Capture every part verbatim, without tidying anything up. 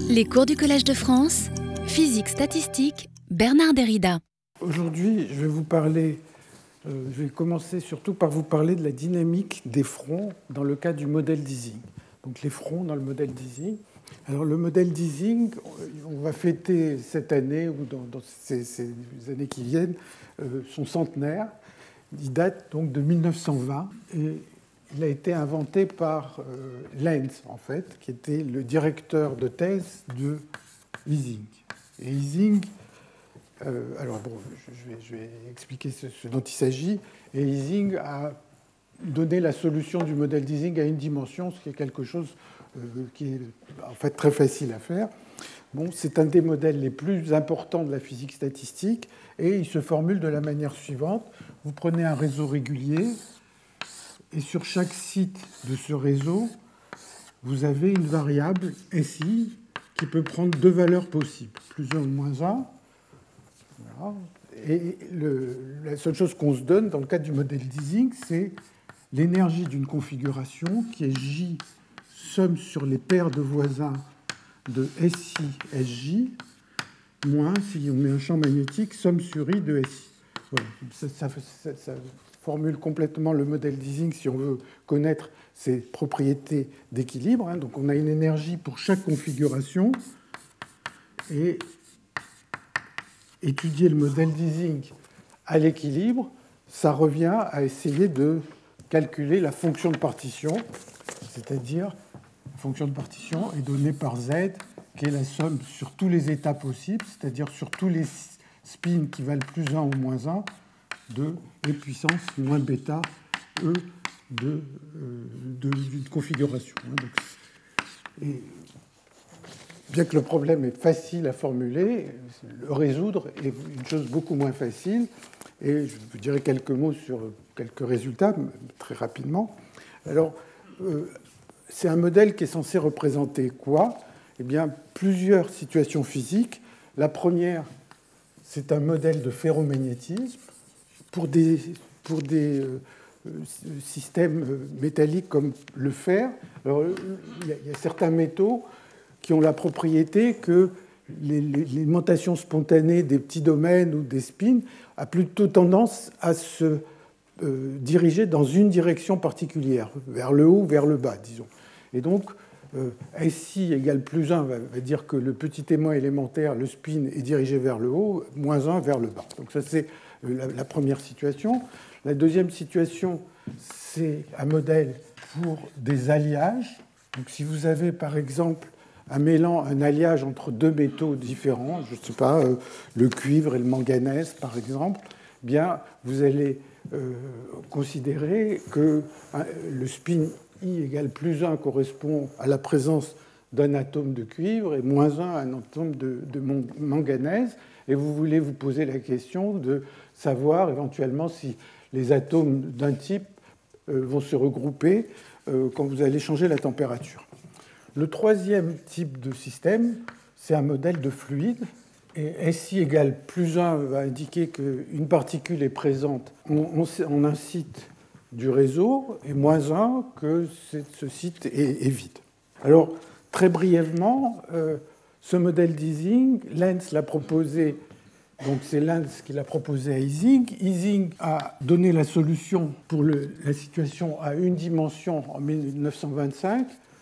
Les cours du Collège de France, physique statistique, Bernard Derrida. Aujourd'hui, je vais vous parler, euh, je vais commencer surtout par vous parler de la dynamique des fronts dans le cas du modèle d'Ising. Donc les fronts dans le modèle d'Ising. Alors le modèle d'Ising, on va fêter cette année ou dans, dans ces, ces années qui viennent euh, son centenaire. Il date donc de mille neuf cent vingt et il a été inventé par euh, Lenz, en fait, qui était le directeur de thèse de Ising. Et Ising, euh, alors bon, je vais, je vais expliquer ce, ce dont il s'agit. Et Ising a donné la solution du modèle d'Ising à une dimension, ce qui est quelque chose euh, qui est en fait très facile à faire. Bon, c'est un des modèles les plus importants de la physique statistique et il se formule de la manière suivante. Vous prenez un réseau régulier et sur chaque site de ce réseau, vous avez une variable S I qui peut prendre deux valeurs possibles, plus un ou moins un. Voilà. Et le, la seule chose qu'on se donne dans le cadre du modèle d'Ising, c'est l'énergie d'une configuration qui est J somme sur les paires de voisins de S I S J moins, si on met un champ magnétique, somme sur I de S I. Voilà. Ça, ça, ça, ça formule complètement le modèle d'Ising si on veut connaître ses propriétés d'équilibre. Donc on a une énergie pour chaque configuration et étudier le modèle d'Ising à l'équilibre, ça revient à essayer de calculer la fonction de partition, c'est-à-dire la fonction de partition est donnée par Z, qui est la somme sur tous les états possibles, c'est-à-dire sur tous les spins qui valent plus un ou moins un, de E puissance moins bêta E de, euh, de, d'une configuration. Donc, et bien que le problème est facile à formuler, le résoudre est une chose beaucoup moins facile. Et je vous dirai quelques mots sur quelques résultats, très rapidement. Alors, euh, c'est un modèle qui est censé représenter quoi ? Eh bien, plusieurs situations physiques. La première, c'est un modèle de ferromagnétisme pour des, pour des euh, systèmes métalliques comme le fer. Alors, il y a, il y a certains métaux qui ont la propriété que l'alimentation spontanée des petits domaines ou des spins a plutôt tendance à se euh, diriger dans une direction particulière, vers le haut, vers le bas, disons. Et donc, euh, S I égale plus un va, va dire que le petit témoin élémentaire, le spin, est dirigé vers le haut, moins un vers le bas. Donc ça, c'est la, la première situation. La deuxième situation, c'est un modèle pour des alliages. Donc si vous avez, par exemple, un mélange, un alliage entre deux métaux différents, je ne sais pas, euh, le cuivre et le manganèse, par exemple, eh bien, vous allez euh, considérer que hein, le spin I égale plus un correspond à la présence d'un atome de cuivre et moins un à un atome de, de manganèse. Et vous voulez vous poser la question de savoir éventuellement si les atomes d'un type euh, vont se regrouper euh, quand vous allez changer la température. Le troisième type de système, c'est un modèle de fluide. Et S I égale plus un va indiquer qu'une particule est présente en un site du réseau, et moins un que ce site est, est vide. Alors, très brièvement, euh, ce modèle d'Ising, Lenz l'a proposé, donc c'est Lenz qui l'a proposé à Ising. Ising a donné la solution pour le, la situation à une dimension en mille neuf cent vingt-cinq.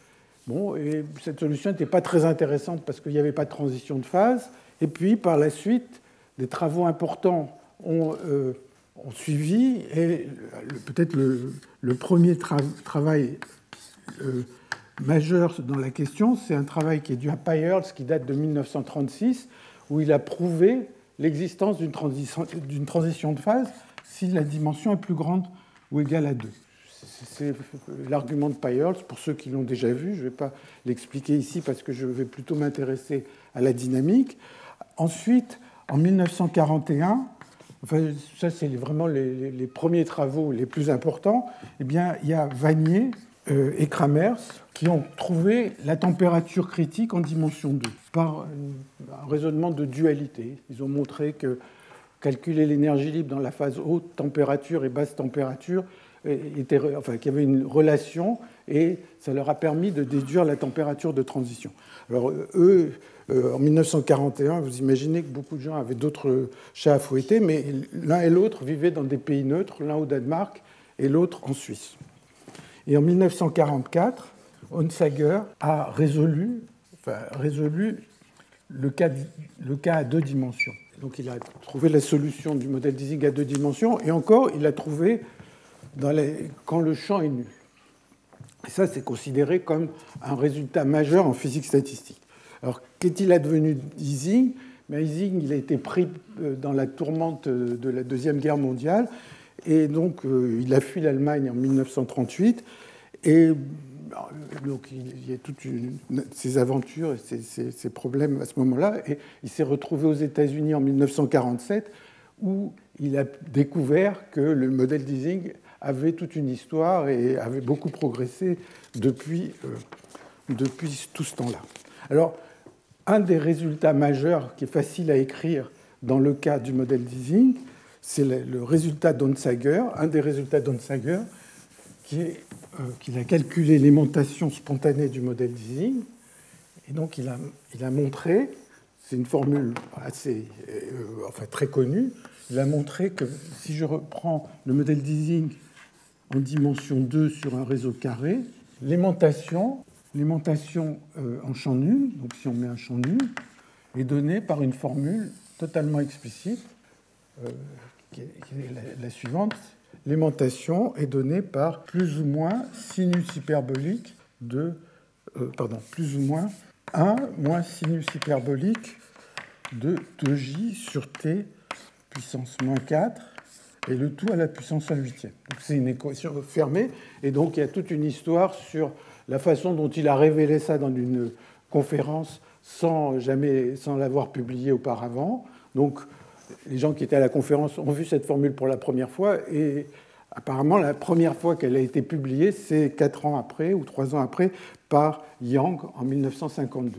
Bon, et cette solution n'était pas très intéressante parce qu'il n'y avait pas de transition de phase. Et puis, par la suite, des travaux importants ont, euh, ont suivi. Et peut-être le, le premier tra- travail euh, majeur dans la question, c'est un travail qui est dû à Peierls, qui date de mille neuf cent trente-six, où il a prouvé l'existence d'une transition, d'une transition de phase si la dimension est plus grande ou égale à deux. C'est l'argument de Peierls, pour ceux qui l'ont déjà vu. Je ne vais pas l'expliquer ici parce que je vais plutôt m'intéresser à la dynamique. Ensuite, en mille neuf cent quarante et un, enfin, ça c'est vraiment les, les premiers travaux les plus importants, eh bien, il y a Vanier euh, et Kramers qui ont trouvé la température critique en dimension deux par un raisonnement de dualité. Ils ont montré que calculer l'énergie libre dans la phase haute température et basse température étaient, enfin, qu'il y avait une relation, et ça leur a permis de déduire la température de transition. Alors, eux, en mille neuf cent quarante et un, vous imaginez que beaucoup de gens avaient d'autres chats à fouetter, mais l'un et l'autre vivaient dans des pays neutres, l'un au Danemark et l'autre en Suisse. Et en mille neuf cent quarante-quatre, Onsager a résolu, enfin, résolu le, cas, le cas à deux dimensions. Donc il a trouvé la solution du modèle d'Ising à deux dimensions, et encore, il l'a trouvé dans les, quand le champ est nul. Et ça, c'est considéré comme un résultat majeur en physique statistique. Alors, qu'est-il advenu d'Ising ? Mais Ising, il a été pris dans la tourmente de la Deuxième Guerre mondiale, et donc euh, il a fui l'Allemagne en mille neuf cent trente-huit, et donc il y a toutes une, ces aventures et ces, ces, ces problèmes à ce moment-là, et il s'est retrouvé aux États-Unis en mille neuf cent quarante-sept, où il a découvert que le modèle d'Ising avait toute une histoire et avait beaucoup progressé depuis, euh, depuis tout ce temps-là. Alors, un des résultats majeurs qui est facile à écrire dans le cas du modèle d'Ising, c'est le résultat d'Onsager, un des résultats d'Onsager, qui est euh, qu'il a calculé l'aimantation spontanée du modèle d'Ising. Et donc, il a, il a montré, c'est une formule assez, euh, enfin, très connue, il a montré que si je reprends le modèle d'Ising en dimension deux sur un réseau carré, l'aimantation, l'aimantation euh, en champ nul, donc si on met un champ nul, est donnée par une formule totalement explicite, euh, qui est, qui est la, la suivante. L'aimantation est donnée par plus ou moins sinus hyperbolique de, euh, pardon, plus ou moins un moins sinus hyperbolique de deux j sur t puissance moins quatre, et le tout à la puissance un huitième. Donc c'est une équation fermée, et donc il y a toute une histoire sur la façon dont il a révélé ça dans une conférence sans jamais, sans l'avoir publié auparavant. Donc les gens qui étaient à la conférence ont vu cette formule pour la première fois, et apparemment la première fois qu'elle a été publiée, c'est quatre ans après ou trois ans après par Yang en mille neuf cent cinquante-deux.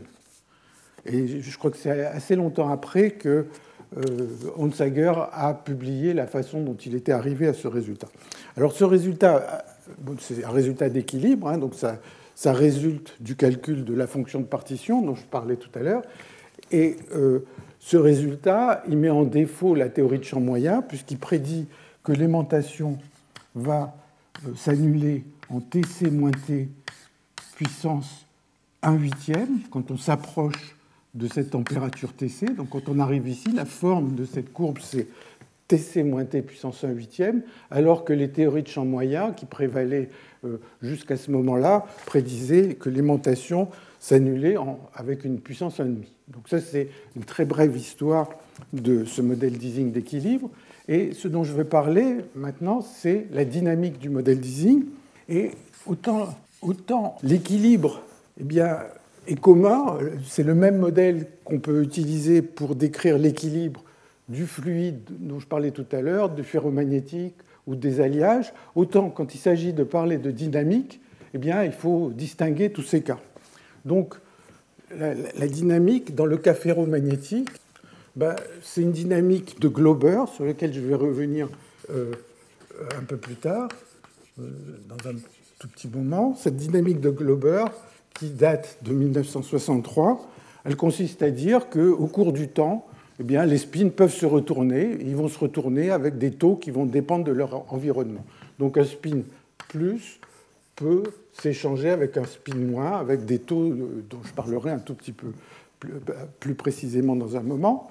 Et je crois que c'est assez longtemps après que euh, Onsager a publié la façon dont il était arrivé à ce résultat. Alors ce résultat, bon, c'est un résultat d'équilibre, hein, donc ça, ça résulte du calcul de la fonction de partition dont je parlais tout à l'heure, et euh, ce résultat, il met en défaut la théorie de champ moyen, puisqu'il prédit que l'aimantation va euh, s'annuler en T C moins T puissance un huitième quand on s'approche de cette température T C. Donc quand on arrive ici, la forme de cette courbe, c'est T C moins T puissance un huitième, alors que les théories de champ moyen qui prévalaient euh, jusqu'à ce moment-là prédisaient que l'aimantation s'annulait en, avec une puissance un virgule cinq. Donc ça, c'est une très brève histoire de ce modèle d'Ising d'équilibre. Et ce dont je vais parler maintenant, c'est la dynamique du modèle d'Ising. Et autant, autant l'équilibre, eh bien, est commun, c'est le même modèle qu'on peut utiliser pour décrire l'équilibre du fluide dont je parlais tout à l'heure, du ferromagnétique ou des alliages, autant quand il s'agit de parler de dynamique, eh bien, il faut distinguer tous ces cas. Donc, la, la dynamique, dans le cas ferromagnétique, ben, c'est une dynamique de Glauber, sur laquelle je vais revenir euh, un peu plus tard, euh, dans un tout petit moment. Cette dynamique de Glauber, qui date de mille neuf cent soixante-trois, elle consiste à dire qu'au cours du temps, eh bien, les spins peuvent se retourner, et ils vont se retourner avec des taux qui vont dépendre de leur environnement. Donc un spin plus peut s'échanger avec un spin moins, avec des taux dont je parlerai un tout petit peu plus, plus précisément dans un moment.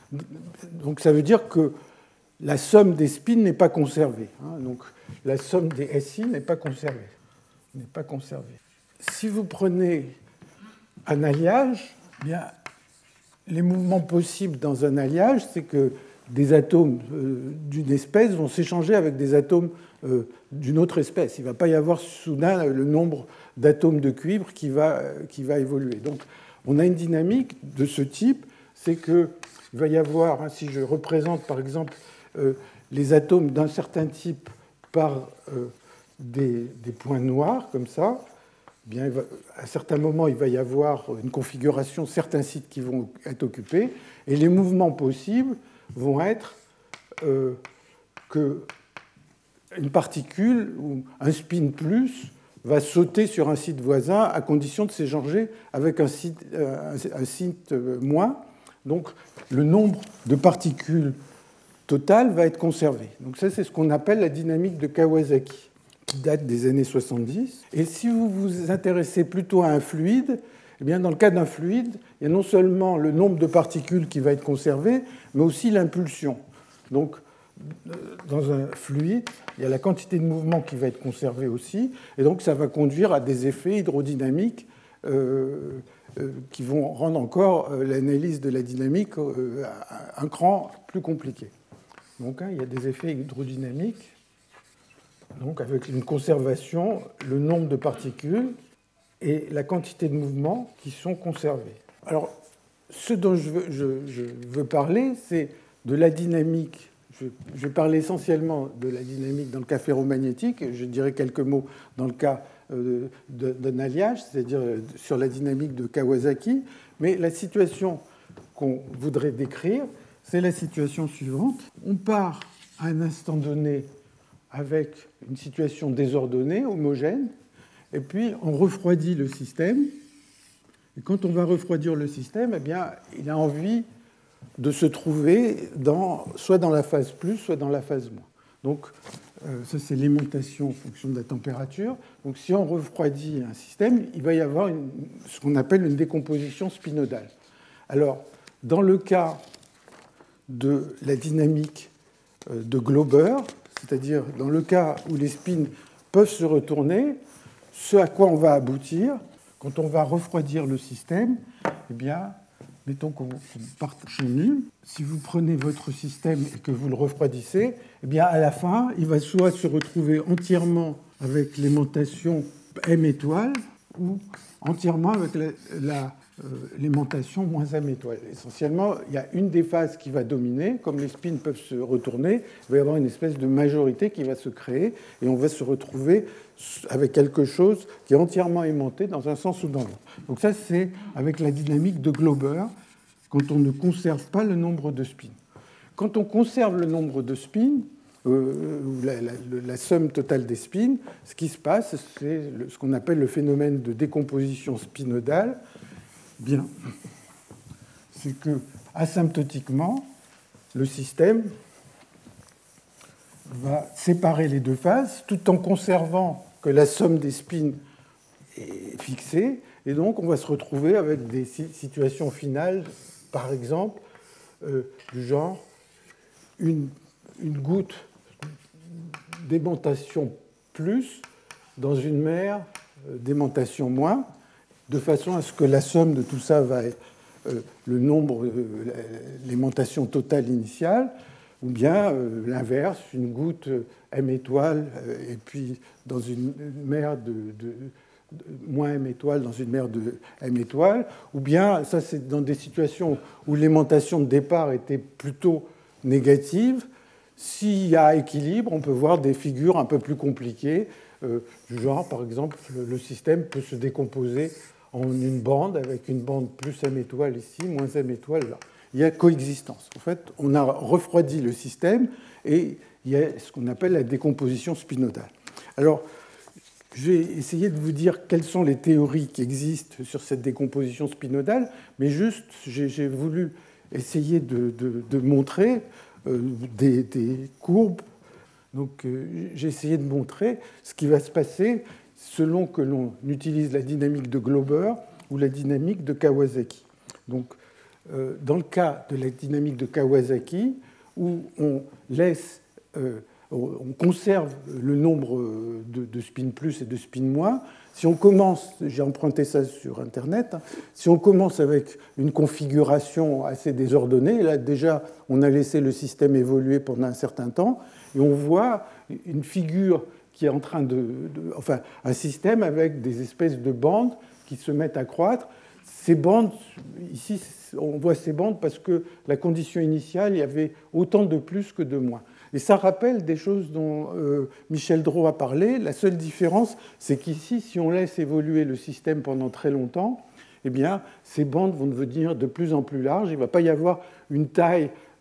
Donc ça veut dire que la somme des spins n'est pas conservée. Hein. Donc la somme des S I n'est pas conservée. N'est pas conservée. Si vous prenez un alliage, eh bien, les mouvements possibles dans un alliage, c'est que des atomes d'une espèce vont s'échanger avec des atomes d'une autre espèce. Il ne va pas y avoir soudain le nombre d'atomes de cuivre qui va, qui va évoluer. Donc on a une dynamique de ce type, c'est qu'il va y avoir, si je représente par exemple les atomes d'un certain type par des, des points noirs, comme ça, bien, va, à certains moments, il va y avoir une configuration, certains sites qui vont être occupés, et les mouvements possibles vont être euh, que une particule ou un spin plus va sauter sur un site voisin à condition de s'échanger avec un site, un site moins. Donc le nombre de particules totales va être conservé. Donc ça, c'est ce qu'on appelle la dynamique de Kawasaki, qui date des années soixante-dix. Et si vous vous intéressez plutôt à un fluide, eh bien, dans le cas d'un fluide, il y a non seulement le nombre de particules qui va être conservé, mais aussi l'impulsion. Donc, dans un fluide, il y a la quantité de mouvement qui va être conservée aussi, et donc ça va conduire à des effets hydrodynamiques euh, euh, qui vont rendre encore euh, l'analyse de la dynamique euh, un cran plus compliqué. Donc, hein, il y a des effets hydrodynamiques, donc avec une conservation, le nombre de particules et la quantité de mouvements qui sont conservés. Alors, ce dont je veux, je, je veux parler, c'est de la dynamique. Je, je vais parler essentiellement de la dynamique dans le cas ferromagnétique, et je dirai quelques mots dans le cas euh, d'un alliage, c'est-à-dire sur la dynamique de Kawasaki. Mais la situation qu'on voudrait décrire, c'est la situation suivante. On part à un instant donné avec une situation désordonnée, homogène, et puis on refroidit le système. Et quand on va refroidir le système, eh bien, il a envie de se trouver dans, soit dans la phase plus, soit dans la phase moins. Donc, euh, ça, c'est l'aimantation en fonction de la température. Donc, si on refroidit un système, il va y avoir une, ce qu'on appelle une décomposition spinodale. Alors, dans le cas de la dynamique de Glauber, c'est-à-dire dans le cas où les spins peuvent se retourner, ce à quoi on va aboutir, quand on va refroidir le système, eh bien, mettons qu'on parte chez nul. Si vous prenez votre système et que vous le refroidissez, eh bien, à la fin, il va soit se retrouver entièrement avec l'aimantation M étoile ou entièrement avec la, la, euh, l'aimantation moins M étoile. Essentiellement, il y a une des phases qui va dominer. Comme les spins peuvent se retourner, il va y avoir une espèce de majorité qui va se créer et on va se retrouver avec quelque chose qui est entièrement aimanté dans un sens ou dans l'autre. Donc ça, c'est avec la dynamique de Glauber, quand on ne conserve pas le nombre de spins. Quand on conserve le nombre de spins, euh, la, la, la somme totale des spins, ce qui se passe, c'est le, ce qu'on appelle le phénomène de décomposition spinodale. Bien, c'est que asymptotiquement, le système va séparer les deux phases tout en conservant que la somme des spins est fixée. Et donc, on va se retrouver avec des situations finales, par exemple, euh, du genre une, une goutte d'aimantation plus dans une mer d'aimantation moins, de façon à ce que la somme de tout ça va être euh, le nombre, euh, l'aimantation totale initiale, ou bien euh, l'inverse, une goutte M étoile, euh, et puis dans une mer de, de, de moins M étoile, dans une mer de M étoile, ou bien, ça c'est dans des situations où l'aimantation de départ était plutôt négative. S'il y a équilibre, on peut voir des figures un peu plus compliquées, euh, du genre, par exemple, le, le système peut se décomposer en une bande, avec une bande plus M étoile ici, moins M étoile là. Il y a coexistence. En fait, on a refroidi le système et il y a ce qu'on appelle la décomposition spinodale. Alors, je vais essayer de vous dire quelles sont les théories qui existent sur cette décomposition spinodale, mais juste, j'ai, j'ai voulu essayer de, de, de montrer euh, des, des courbes. Donc, euh, j'ai essayé de montrer ce qui va se passer selon que l'on utilise la dynamique de Glauber ou la dynamique de Kawasaki. Donc, euh, dans le cas de la dynamique de Kawasaki, où on laisse, euh, on conserve le nombre de, de spin plus et de spin moins, si on commence, j'ai emprunté ça sur Internet, hein, si on commence avec une configuration assez désordonnée, là déjà on a laissé le système évoluer pendant un certain temps, et on voit une figure qui est en train de, de, enfin, un système avec des espèces de bandes qui se mettent à croître. Ces bandes, ici, on voit ces bandes parce que la condition initiale, il y avait autant de plus que de moins. Et ça rappelle des choses dont euh, Michel Drault a parlé. La seule différence, c'est qu'ici, si on laisse évoluer le système pendant très longtemps, eh bien, ces bandes vont devenir de plus en plus larges. Il ne va pas y avoir une taille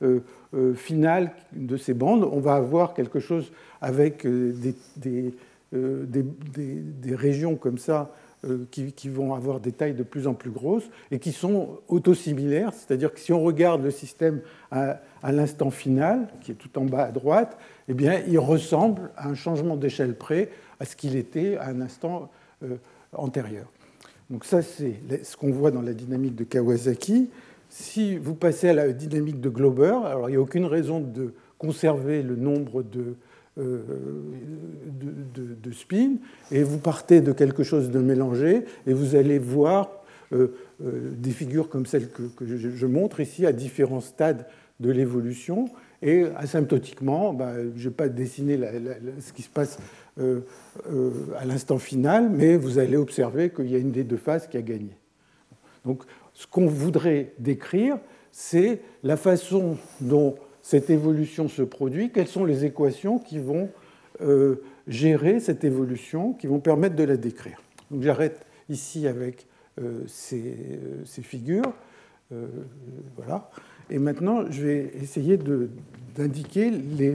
euh, euh, finale de ces bandes, on va avoir quelque chose avec euh, des, des, euh, des, des, des régions comme ça euh, qui, qui vont avoir des tailles de plus en plus grosses et qui sont autosimilaires, c'est-à-dire que si on regarde le système à, à l'instant final, qui est tout en bas à droite, eh bien, il ressemble à un changement d'échelle près à ce qu'il était à un instant euh, antérieur. Donc ça, c'est ce qu'on voit dans la dynamique de Kawasaki. Si vous passez à la dynamique de Glauber, alors il n'y a aucune raison de conserver le nombre de, euh, de, de, de spins, et vous partez de quelque chose de mélangé, et vous allez voir euh, euh, des figures comme celle que, que je, je montre ici à différents stades de l'évolution, et asymptotiquement, ben, je ne vais pas dessiner la, la, ce qui se passe euh, euh, à l'instant final, mais vous allez observer qu'il y a une des deux phases qui a gagné. Donc, ce qu'on voudrait décrire, c'est la façon dont cette évolution se produit, quelles sont les équations qui vont euh, gérer cette évolution, qui vont permettre de la décrire. Donc j'arrête ici avec euh, ces, ces figures. Euh, voilà. Et maintenant, je vais essayer de, d'indiquer les,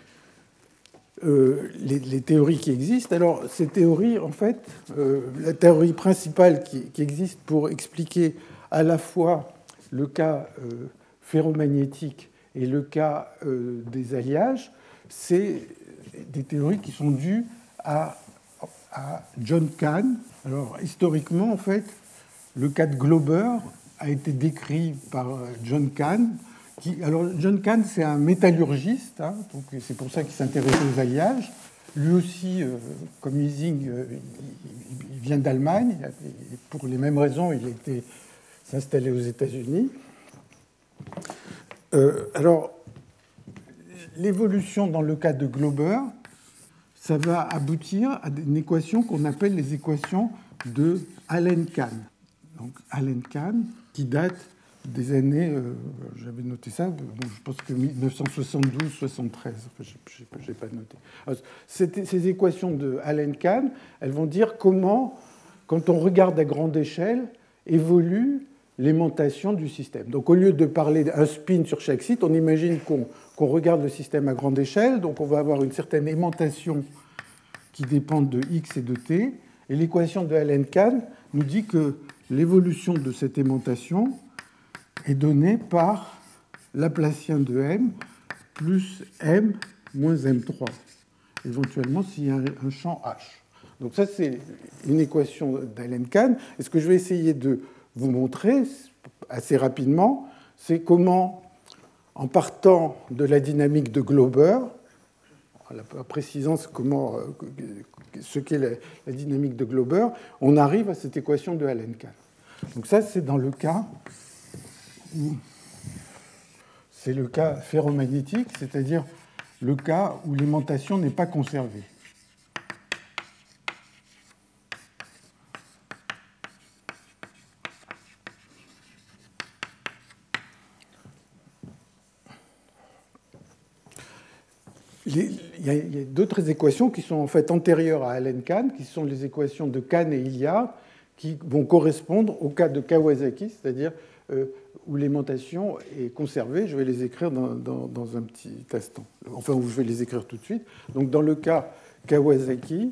euh, les, les théories qui existent. Alors, ces théories, en fait, euh, la théorie principale qui, qui existe pour expliquer à la fois le cas euh, ferromagnétique et le cas euh, des alliages, c'est des théories qui sont dues à, à John Kahn. Alors, historiquement, en fait, le cas de Glauber a été décrit par John Kahn. Qui, alors, John Kahn, c'est un métallurgiste, hein, donc c'est pour ça qu'il s'intéresse aux alliages. Lui aussi, euh, comme Ising, euh, il, il vient d'Allemagne. Et pour les mêmes raisons, il a été s'installer aux États-Unis. Euh, alors, l'évolution dans le cas de Glauber, ça va aboutir à une équation qu'on appelle les équations de Allen-Kahn. Donc, Allen-Kahn, qui date des années, euh, j'avais noté ça, bon, je pense que mille neuf cent soixante-douze soixante-treize, enfin, je n'ai pas noté. Alors, ces équations de Allen-Kahn, elles vont dire comment, quand on regarde à grande échelle, évolue l'aimantation du système. Donc, au lieu de parler d'un spin sur chaque site, on imagine qu'on qu'on regarde le système à grande échelle, donc on va avoir une certaine aimantation qui dépend de x et de t, et l'équation de Allen-Kahn nous dit que l'évolution de cette aimantation est donnée par Laplacien de m plus m moins m trois, éventuellement s'il y a un champ H. Donc ça, c'est une équation d'Allen-Kahn. Et ce que je vais essayer de vous montrer assez rapidement, c'est comment, en partant de la dynamique de Glauber, en précisant comment, ce qu'est la, la dynamique de Glauber, on arrive à cette équation de Allen-Kahn. Donc ça, c'est dans le cas où c'est le cas ferromagnétique, c'est-à-dire le cas où l'aimantation n'est pas conservée. Il y a d'autres équations qui sont en fait antérieures à Allen-Kahn, qui sont les équations de Kahn et Hilliard, qui vont correspondre au cas de Kawasaki, c'est-à-dire euh, où l'aimantation est conservée. Je vais les écrire dans, dans, dans un petit instant. Enfin, je vais les écrire tout de suite. Donc, dans le cas Kawasaki,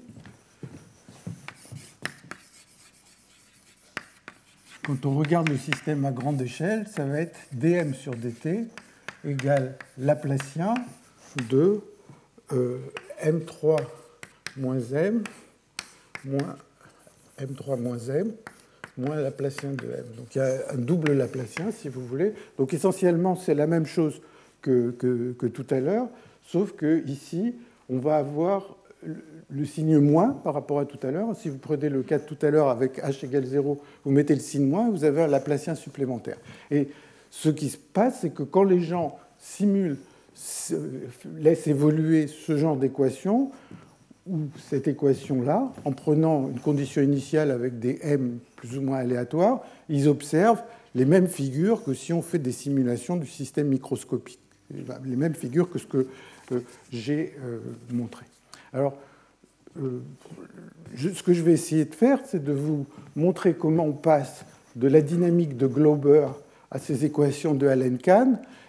quand on regarde le système à grande échelle, ça va être dm sur dt égale Laplacien de euh, m trois moins m moins m trois moins m moins Laplacien de m. Donc il y a un double Laplacien, si vous voulez. Donc essentiellement, c'est la même chose que, que, que tout à l'heure, sauf qu'ici, on va avoir le signe moins par rapport à tout à l'heure. Si vous prenez le cas de tout à l'heure avec h égale zéro, vous mettez le signe moins, vous avez un Laplacien supplémentaire. Et ce qui se passe, c'est que quand les gens simulent, laissent évoluer ce genre d'équation, ou cette équation-là, en prenant une condition initiale avec des m plus ou moins aléatoires, ils observent les mêmes figures que si on fait des simulations du système microscopique. Les mêmes figures que ce que euh, j'ai euh, montré. Alors, euh, je, ce que je vais essayer de faire, c'est de vous montrer comment on passe de la dynamique de Glauber à ces équations de Allen-Kahn,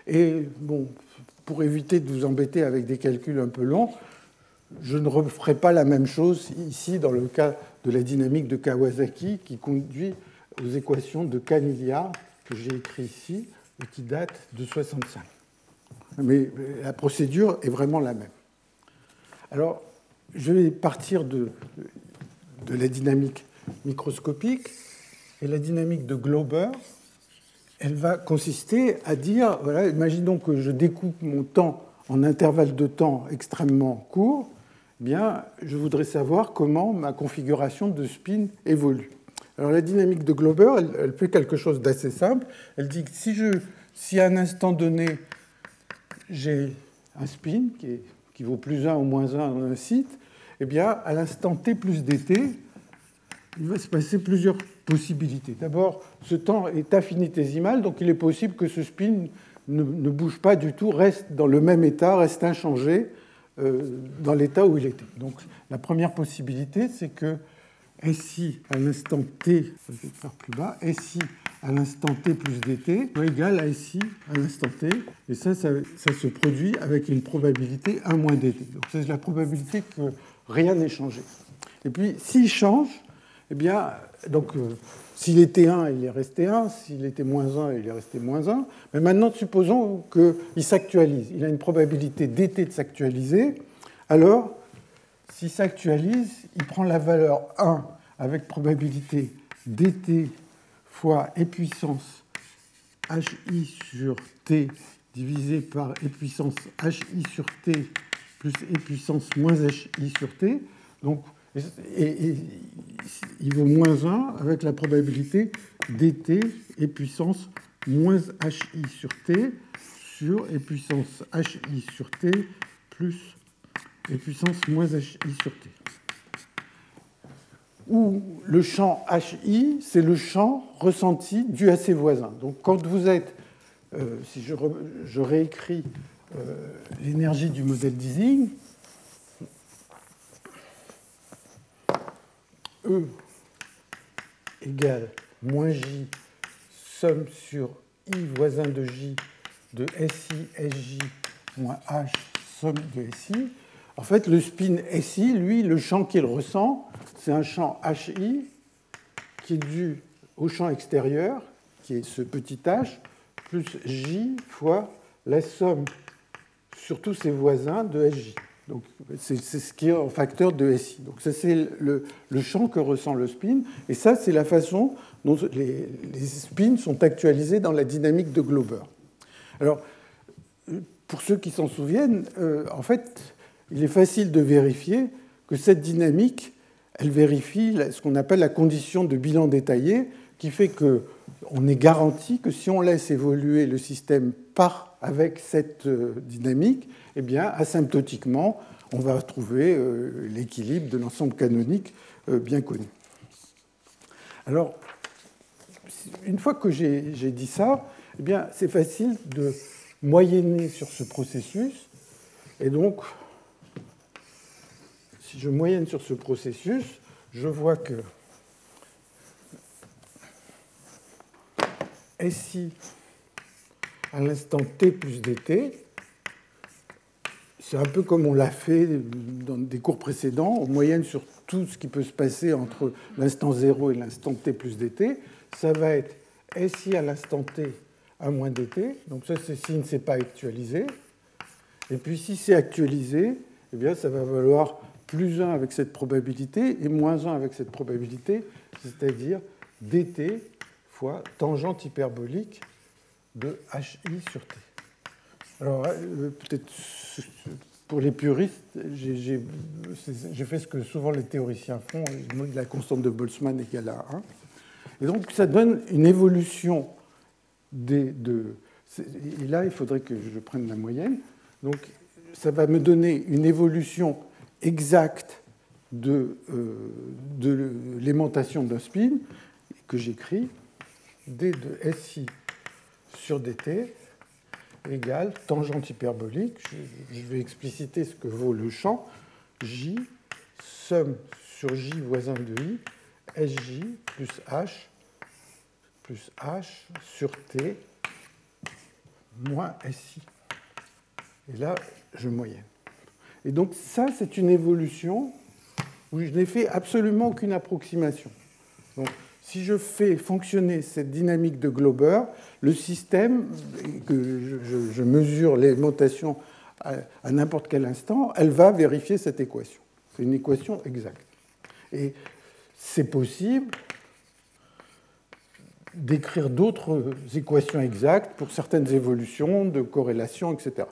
Et bon, pour éviter de vous embêter avec des calculs un peu longs, je ne referai pas la même chose ici dans le cas de la dynamique de Kawasaki qui conduit aux équations de Caniglia que j'ai écrit ici et qui date de soixante-cinq. Mais la procédure est vraiment la même. Alors, je vais partir de, de la dynamique microscopique et la dynamique de Glauber. Elle va consister à dire, voilà, imaginons que je découpe mon temps en intervalles de temps extrêmement courts, eh bien, je voudrais savoir comment ma configuration de spin évolue. Alors la dynamique de Glauber, elle, elle fait quelque chose d'assez simple. Elle dit que si, je, si à un instant donné, j'ai un spin qui, est, qui vaut plus un ou moins un dans un site, eh bien, à l'instant t plus dt, il va se passer plusieurs possibilités. D'abord, ce temps est infinitésimal, donc il est possible que ce spin ne, ne bouge pas du tout, reste dans le même état, reste inchangé euh, dans l'état où il était. Donc la première possibilité, c'est que S I à l'instant t, je vais faire plus bas, S I à l'instant t plus dt soit égal à S I à l'instant t, et ça, ça, ça se produit avec une probabilité un moins dt. Donc c'est la probabilité que rien n'est changé. Et puis, s'il change, eh bien, donc, euh, s'il était un, il est resté un, s'il était moins un, il est resté moins un. Mais maintenant, supposons qu'il s'actualise. Il a une probabilité dt de s'actualiser. Alors, s'il s'actualise, il prend la valeur un avec probabilité dt fois e puissance hi sur t divisé par e puissance hi sur t plus e puissance moins hi sur t. Donc, et, et, il vaut moins un avec la probabilité dt e puissance moins hi sur t sur e puissance hi sur t plus e puissance moins hi sur t. Où le champ hi, c'est le champ ressenti dû à ses voisins. Donc quand vous êtes, euh, si je, re, je réécris euh, l'énergie du modèle d'Ising, E égale moins J somme sur I voisin de J de S I S J moins H somme de S I. En fait, le spin S I, lui, le champ qu'il ressent, c'est un champ Hi qui est dû au champ extérieur, qui est ce petit h, plus J fois la somme sur tous ses voisins de S J. Donc, c'est ce qui est en facteur de S I. Donc, ça, c'est le, le champ que ressent le spin. Et ça, c'est la façon dont les, les spins sont actualisés dans la dynamique de Glauber. Alors, pour ceux qui s'en souviennent, euh, en fait, il est facile de vérifier que cette dynamique, elle vérifie ce qu'on appelle la condition de bilan détaillé, qui fait qu'on est garanti que si on laisse évoluer le système par avec cette dynamique, eh bien, asymptotiquement, on va trouver l'équilibre de l'ensemble canonique bien connu. Alors, une fois que j'ai dit ça, eh bien, c'est facile de moyenner sur ce processus. Et donc, si je moyenne sur ce processus, je vois que S I à l'instant t plus dt, c'est un peu comme on l'a fait dans des cours précédents, on moyenne sur tout ce qui peut se passer entre l'instant zéro et l'instant t plus dt, ça va être S I à l'instant t un moins dt, donc ça c'est si c'est pas actualisé, et puis si c'est actualisé, eh bien ça va valoir plus un avec cette probabilité et moins un avec cette probabilité, c'est-à-dire dt fois tangente hyperbolique de hi sur t. Alors, peut-être pour les puristes, j'ai fait ce que souvent les théoriciens font, la constante de Boltzmann égale à un. Et donc, ça donne une évolution des, de... Et là, il faudrait que je prenne la moyenne. Donc, ça va me donner une évolution exacte de, euh, de l'aimantation d'un spin que j'écris, d de S I sur dt égale tangente hyperbolique, je vais expliciter ce que vaut le champ, J, somme sur J voisin de I, Sj plus H, plus H sur T, moins S I. Et là, je moyenne. Et donc ça, c'est une évolution où je n'ai fait absolument aucune approximation. Donc, si je fais fonctionner cette dynamique de Glauber, le système, que je, je, je mesure l'alimentation à, à n'importe quel instant, elle va vérifier cette équation. C'est une équation exacte. Et c'est possible d'écrire d'autres équations exactes pour certaines évolutions de corrélation, et cetera.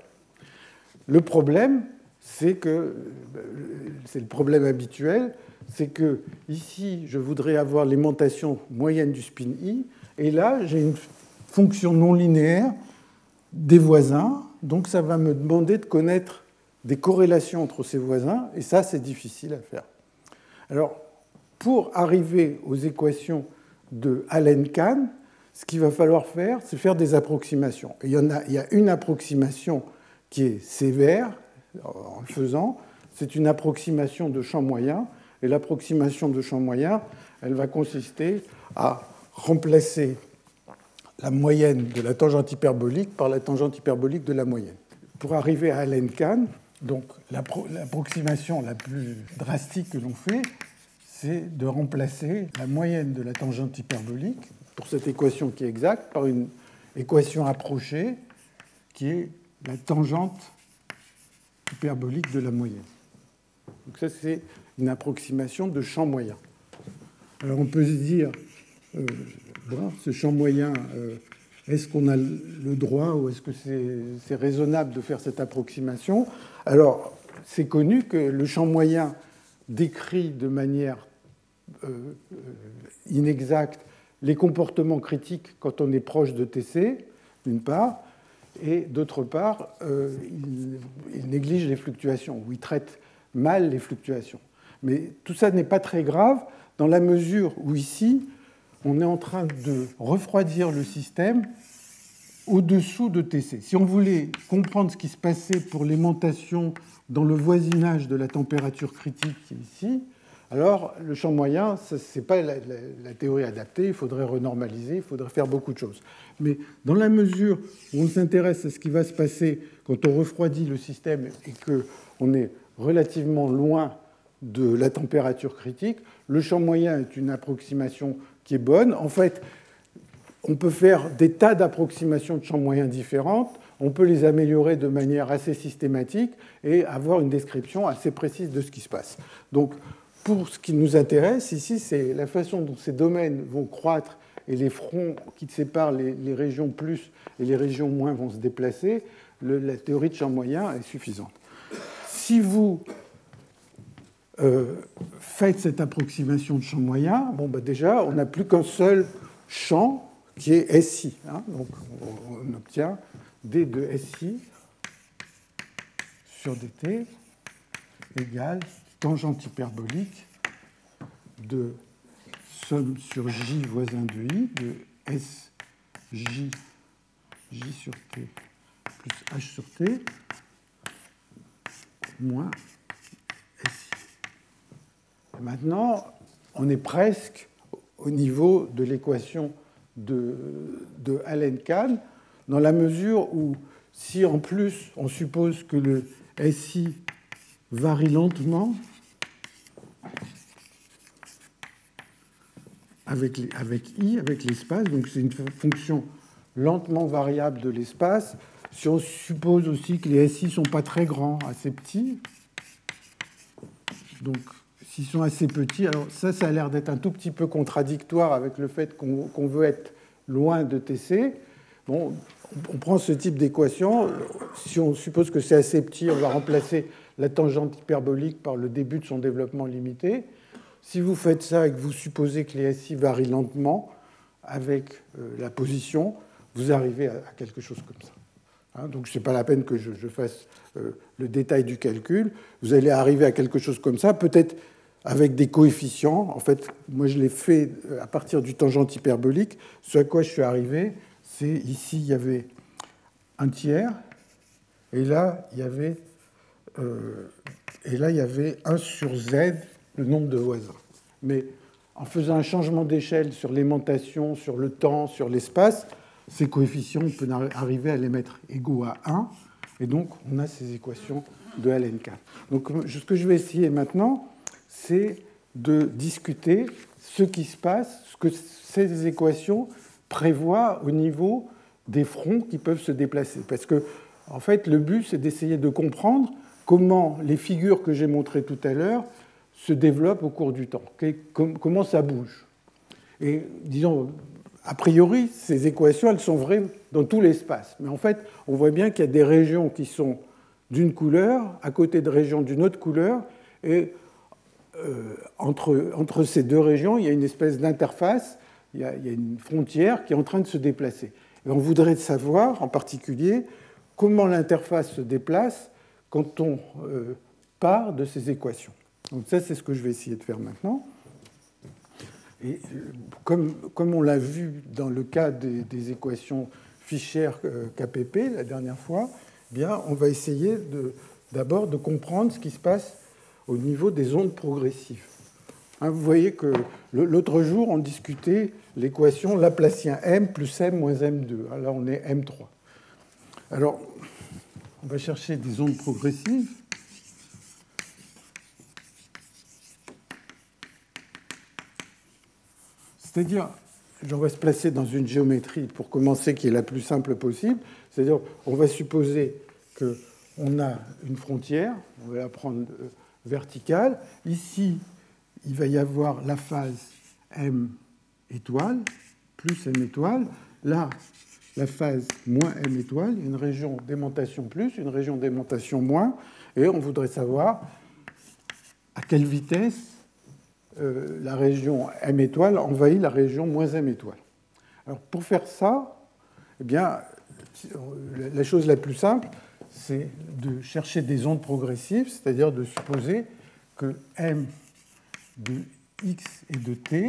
Le problème, c'est que, c'est le problème habituel, c'est que ici, je voudrais avoir l'aimantation moyenne du spin I, et là, j'ai une fonction non linéaire des voisins, donc ça va me demander de connaître des corrélations entre ces voisins, et ça, c'est difficile à faire. Alors, pour arriver aux équations de Allen-Kahn, ce qu'il va falloir faire, c'est faire des approximations. Et il y en a, il y a une approximation qui est sévère, en le faisant, c'est une approximation de champ moyen, et l'approximation de champ moyen, elle va consister à remplacer la moyenne de la tangente hyperbolique par la tangente hyperbolique de la moyenne. Pour arriver à Allen-Kahn, donc l'approximation la plus drastique que l'on fait, c'est de remplacer la moyenne de la tangente hyperbolique, pour cette équation qui est exacte, par une équation approchée qui est la tangente hyperbolique de la moyenne. Donc ça, c'est une approximation de champ moyen. Alors on peut se dire, euh, bon, ce champ moyen, euh, est-ce qu'on a le droit ou est-ce que c'est, c'est raisonnable de faire cette approximation? Alors, c'est connu que le champ moyen décrit de manière euh, inexacte les comportements critiques quand on est proche de T C, d'une part, et d'autre part, euh, il, il néglige les fluctuations, ou il traite mal les fluctuations. Mais tout ça n'est pas très grave dans la mesure où ici, on est en train de refroidir le système au-dessous de T C. Si on voulait comprendre ce qui se passait pour l'aimantation dans le voisinage de la température critique qui est ici, alors le champ moyen, ce n'est pas la, la, la théorie adaptée, il faudrait renormaliser, il faudrait faire beaucoup de choses. Mais dans la mesure où on s'intéresse à ce qui va se passer quand on refroidit le système et qu'on est relativement loin de la température critique, le champ moyen est une approximation qui est bonne. En fait, on peut faire des tas d'approximations de champs moyens différentes, on peut les améliorer de manière assez systématique et avoir une description assez précise de ce qui se passe. Donc, pour ce qui nous intéresse ici, c'est la façon dont ces domaines vont croître et les fronts qui séparent les, les régions plus et les régions moins vont se déplacer. Le, la théorie de champ moyen est suffisante. Si vous euh, faites cette approximation de champ moyen, bon, bah déjà, on n'a plus qu'un seul champ qui est S I. Hein, donc, on, on obtient D de S I sur dt égale tangente hyperbolique de somme sur J voisin de I de S J, J sur T plus H sur T moins S I. Et maintenant, on est presque au niveau de l'équation de, de Allen-Kahn, dans la mesure où, si en plus on suppose que le S I varie lentement avec, les, avec I, avec l'espace, donc c'est une fonction lentement variable de l'espace. Si on suppose aussi que les S I ne sont pas très grands, assez petits, donc s'ils sont assez petits, alors ça, ça a l'air d'être un tout petit peu contradictoire avec le fait qu'on, qu'on veut être loin de T C. Bon, on prend ce type d'équation. Si on suppose que c'est assez petit, on va remplacer la tangente hyperbolique par le début de son développement limité. Si vous faites ça et que vous supposez que les S I varient lentement avec euh, la position, vous arrivez à, à quelque chose comme ça. Hein, donc, ce n'est pas la peine que je, je fasse euh, le détail du calcul. Vous allez arriver à quelque chose comme ça, peut-être avec des coefficients. En fait, moi, je l'ai fait à partir du tangente hyperbolique. Ce à quoi je suis arrivé, c'est ici, il y avait un tiers, et là, il y avait, euh, et là, il y avait un sur Z, le nombre de voisins. Mais en faisant un changement d'échelle sur l'aimantation, sur le temps, sur l'espace, ces coefficients, on peut arriver à les mettre égaux à un, et donc on a ces équations de L N quatre. Donc ce que je vais essayer maintenant, c'est de discuter ce qui se passe, ce que ces équations prévoient au niveau des fronts qui peuvent se déplacer. Parce que, en fait, le but, c'est d'essayer de comprendre comment les figures que j'ai montrées tout à l'heure se développent au cours du temps, comment ça bouge. Et disons, a priori, ces équations, elles sont vraies dans tout l'espace. Mais en fait, on voit bien qu'il y a des régions qui sont d'une couleur, à côté de régions d'une autre couleur, et euh, entre, entre ces deux régions, il y a une espèce d'interface, il y a, il y a une frontière qui est en train de se déplacer. Et on voudrait savoir, en particulier, comment l'interface se déplace quand on euh, part de ces équations. Donc ça, c'est ce que je vais essayer de faire maintenant. Et comme, comme on l'a vu dans le cas des, des équations Fischer-K P P la dernière fois, eh bien, on va essayer de, d'abord de comprendre ce qui se passe au niveau des ondes progressives. Hein, vous voyez que l'autre jour, on discutait l'équation Laplacien M plus M moins M deux. Là, on est M trois. Alors, on va chercher des ondes progressives. C'est-à-dire, on va se placer dans une géométrie, pour commencer, qui est la plus simple possible. C'est-à-dire, on va supposer qu'on a une frontière, on va la prendre verticale. Ici, il va y avoir la phase M étoile, plus M étoile. Là, la phase moins M étoile, une région d'aimantation plus, une région d'aimantation moins. Et on voudrait savoir à quelle vitesse Euh, la région M étoile envahit la région moins M étoile. Alors, pour faire ça, eh bien, la chose la plus simple, c'est de chercher des ondes progressives, c'est-à-dire de supposer que M de x et de t,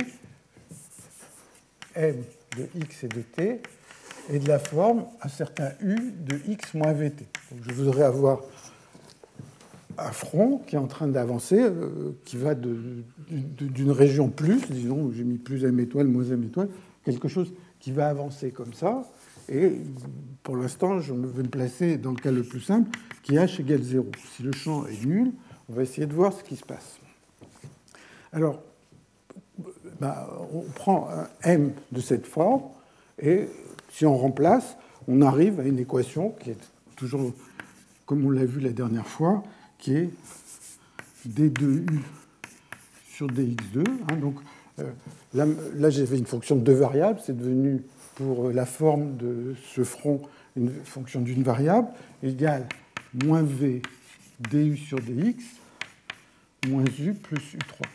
M de x et de t, est de la forme un certain U de x moins vt. Donc, je voudrais avoir un front qui est en train d'avancer, euh, qui va de, de, d'une région plus, disons, j'ai mis plus M étoile, moins M étoile, quelque chose qui va avancer comme ça. Et pour l'instant, je vais me placer dans le cas le plus simple, qui est H égale zéro. Si le champ est nul, on va essayer de voir ce qui se passe. Alors, bah, on prend un M de cette forme, et si on remplace, on arrive à une équation qui est toujours, comme on l'a vu la dernière fois, qui est D deux U sur D X deux. Hein, donc, euh, là, là j'avais une fonction de deux variables, c'est devenu, pour la forme de ce front, une fonction d'une variable, égale moins V du sur dx, moins U plus U trois.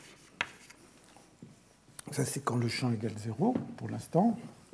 Ça, c'est quand le champ égale zéro, pour l'instant.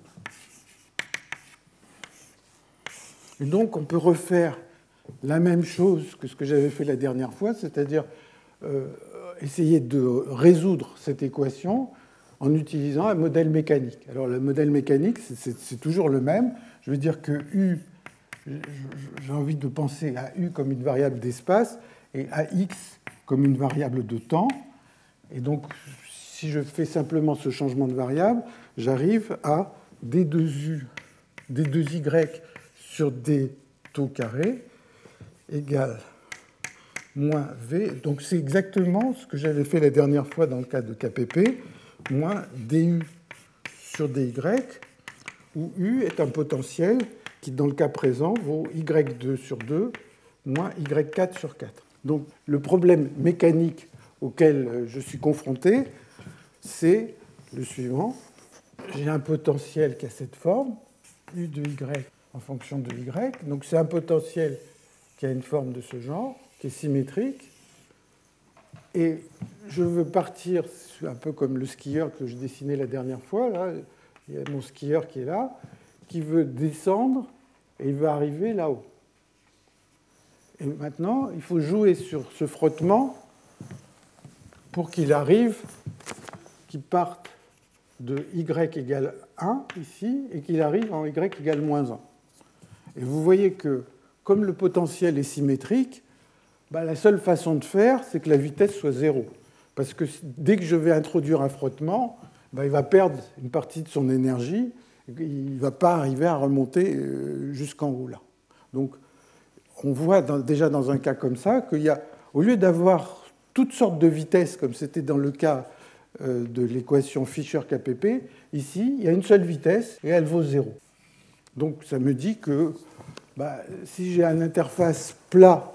Et donc, on peut refaire la même chose que ce que j'avais fait la dernière fois, c'est-à-dire euh, essayer de résoudre cette équation en utilisant un modèle mécanique. Alors, le modèle mécanique, c'est, c'est toujours le même. Je veux dire que U, j'ai envie de penser à U comme une variable d'espace et à X comme une variable de temps. Et donc, si je fais simplement ce changement de variable, j'arrive à D deux U, D deux Y sur D tau carré égale moins V. Donc, c'est exactement ce que j'avais fait la dernière fois dans le cas de K P P, moins du sur dy, où U est un potentiel qui, dans le cas présent, vaut y deux sur deux moins y quatre sur quatre. Donc, le problème mécanique auquel je suis confronté, c'est le suivant. J'ai un potentiel qui a cette forme, U de Y en fonction de Y. Donc, c'est un potentiel qui a une forme de ce genre, qui est symétrique. Et je veux partir, un peu comme le skieur que je dessinais la dernière fois, là, il y a mon skieur qui est là, qui veut descendre et il va arriver là-haut. Et maintenant, il faut jouer sur ce frottement pour qu'il arrive, qu'il parte de y égale un ici et qu'il arrive en y égale moins un. Et vous voyez que, comme le potentiel est symétrique, bah, la seule façon de faire, c'est que la vitesse soit zéro. Parce que dès que je vais introduire un frottement, bah, il va perdre une partie de son énergie il ne va pas arriver à remonter jusqu'en haut là. Donc, on voit dans, déjà dans un cas comme ça qu'il y a, au lieu d'avoir toutes sortes de vitesses, comme c'était dans le cas euh, de l'équation Fischer-K P P, ici, il y a une seule vitesse et elle vaut zéro. Donc, ça me dit que bah, si j'ai une interface plat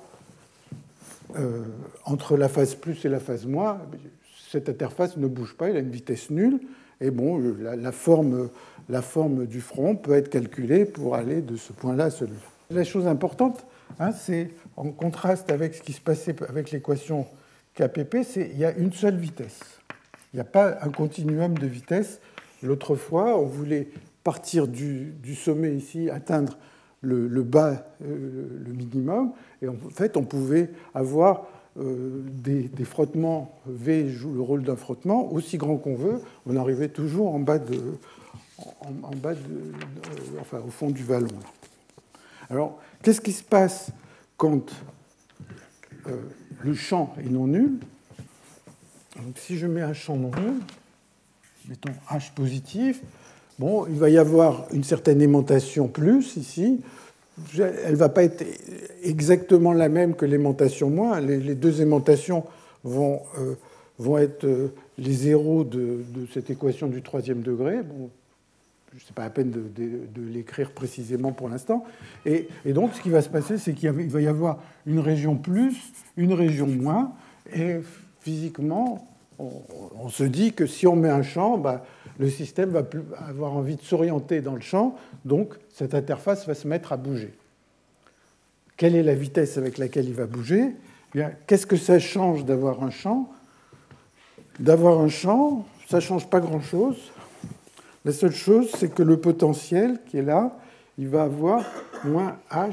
euh, entre la phase plus et la phase moins, cette interface ne bouge pas, elle a une vitesse nulle. Et bon, la, la, forme, la forme du front peut être calculée pour aller de ce point-là à celui-là. La chose importante, hein, c'est en contraste avec ce qui se passait avec l'équation K P P, c'est qu'il y a une seule vitesse. Il n'y a pas un continuum de vitesse. L'autre fois, on voulait partir du, du sommet ici, atteindre le, le bas, euh, le minimum, et en fait, on pouvait avoir euh, des, des frottements. V joue le rôle d'un frottement aussi grand qu'on veut. On arrivait toujours en bas de, en, en bas de, de, enfin, au fond du vallon. Alors, qu'est-ce qui se passe quand euh, le champ est non nul? Donc, si je mets un champ non nul, mettons H positif, bon, il va y avoir une certaine aimantation plus ici. Elle ne va pas être exactement la même que l'aimantation moins. Les, les deux aimantations vont, euh, vont être euh, les zéros de, de cette équation du troisième degré. Bon, je ne sais pas la peine de, de, de l'écrire précisément pour l'instant. Et, et donc, ce qui va se passer, c'est qu'il va y avoir une région plus, une région moins. Et physiquement, on, on se dit que si on met un champ, bah, le système va plus avoir envie de s'orienter dans le champ. Donc, cette interface va se mettre à bouger. Quelle est la vitesse avec laquelle il va bouger? Eh bien, qu'est-ce que ça change d'avoir un champ? D'avoir un champ, ça ne change pas grand-chose. La seule chose, c'est que le potentiel qui est là, il va avoir moins H.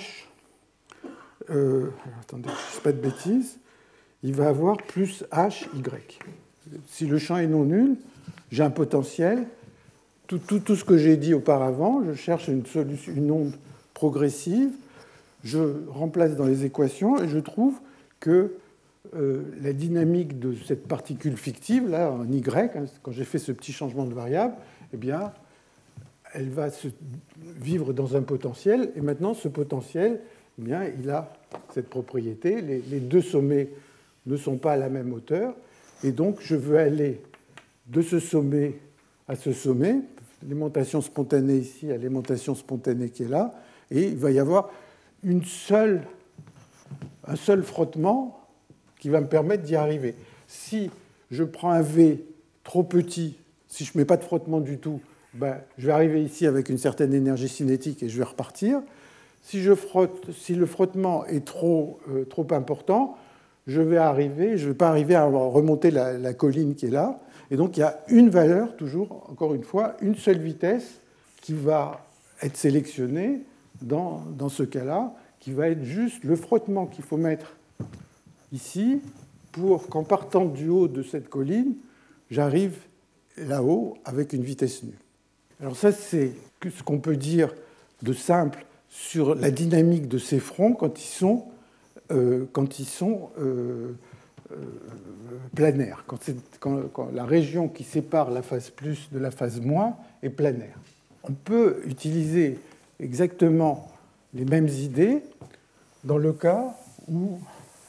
Euh, attendez, je ne dis pas de bêtises. Il va avoir plus H Y. Si le champ est non nul, j'ai un potentiel. Tout, tout, tout ce que j'ai dit auparavant, je cherche une, solution, une onde progressive, je remplace dans les équations et je trouve que euh, la dynamique de cette particule fictive, là, en Y, hein, quand j'ai fait ce petit changement de variable, eh bien, elle va se vivre dans un potentiel. Et maintenant, ce potentiel, eh bien, il a cette propriété. Les, les deux sommets ne sont pas à la même hauteur. Et donc, je veux aller de ce sommet à ce sommet, l'aimantation spontanée ici à l'aimantation spontanée qui est là, et il va y avoir une seule, un seul frottement qui va me permettre d'y arriver. Si je prends un V trop petit, si je ne mets pas de frottement du tout, ben, je vais arriver ici avec une certaine énergie cinétique et je vais repartir. Si, je frotte, si le frottement est trop, euh, trop important, je vais arriver, je ne vais pas arriver à remonter la, la colline qui est là. Et donc, il y a une valeur, toujours, encore une fois, une seule vitesse qui va être sélectionnée dans, dans ce cas-là, qui va être juste le frottement qu'il faut mettre ici pour qu'en partant du haut de cette colline, j'arrive là-haut avec une vitesse nulle. Alors ça, c'est ce qu'on peut dire de simple sur la dynamique de ces fronts quand ils sont, euh, quand ils sont euh, euh, planaires, quand, quand, quand la région qui sépare la phase plus de la phase moins est planaire. On peut utiliser exactement les mêmes idées dans le cas où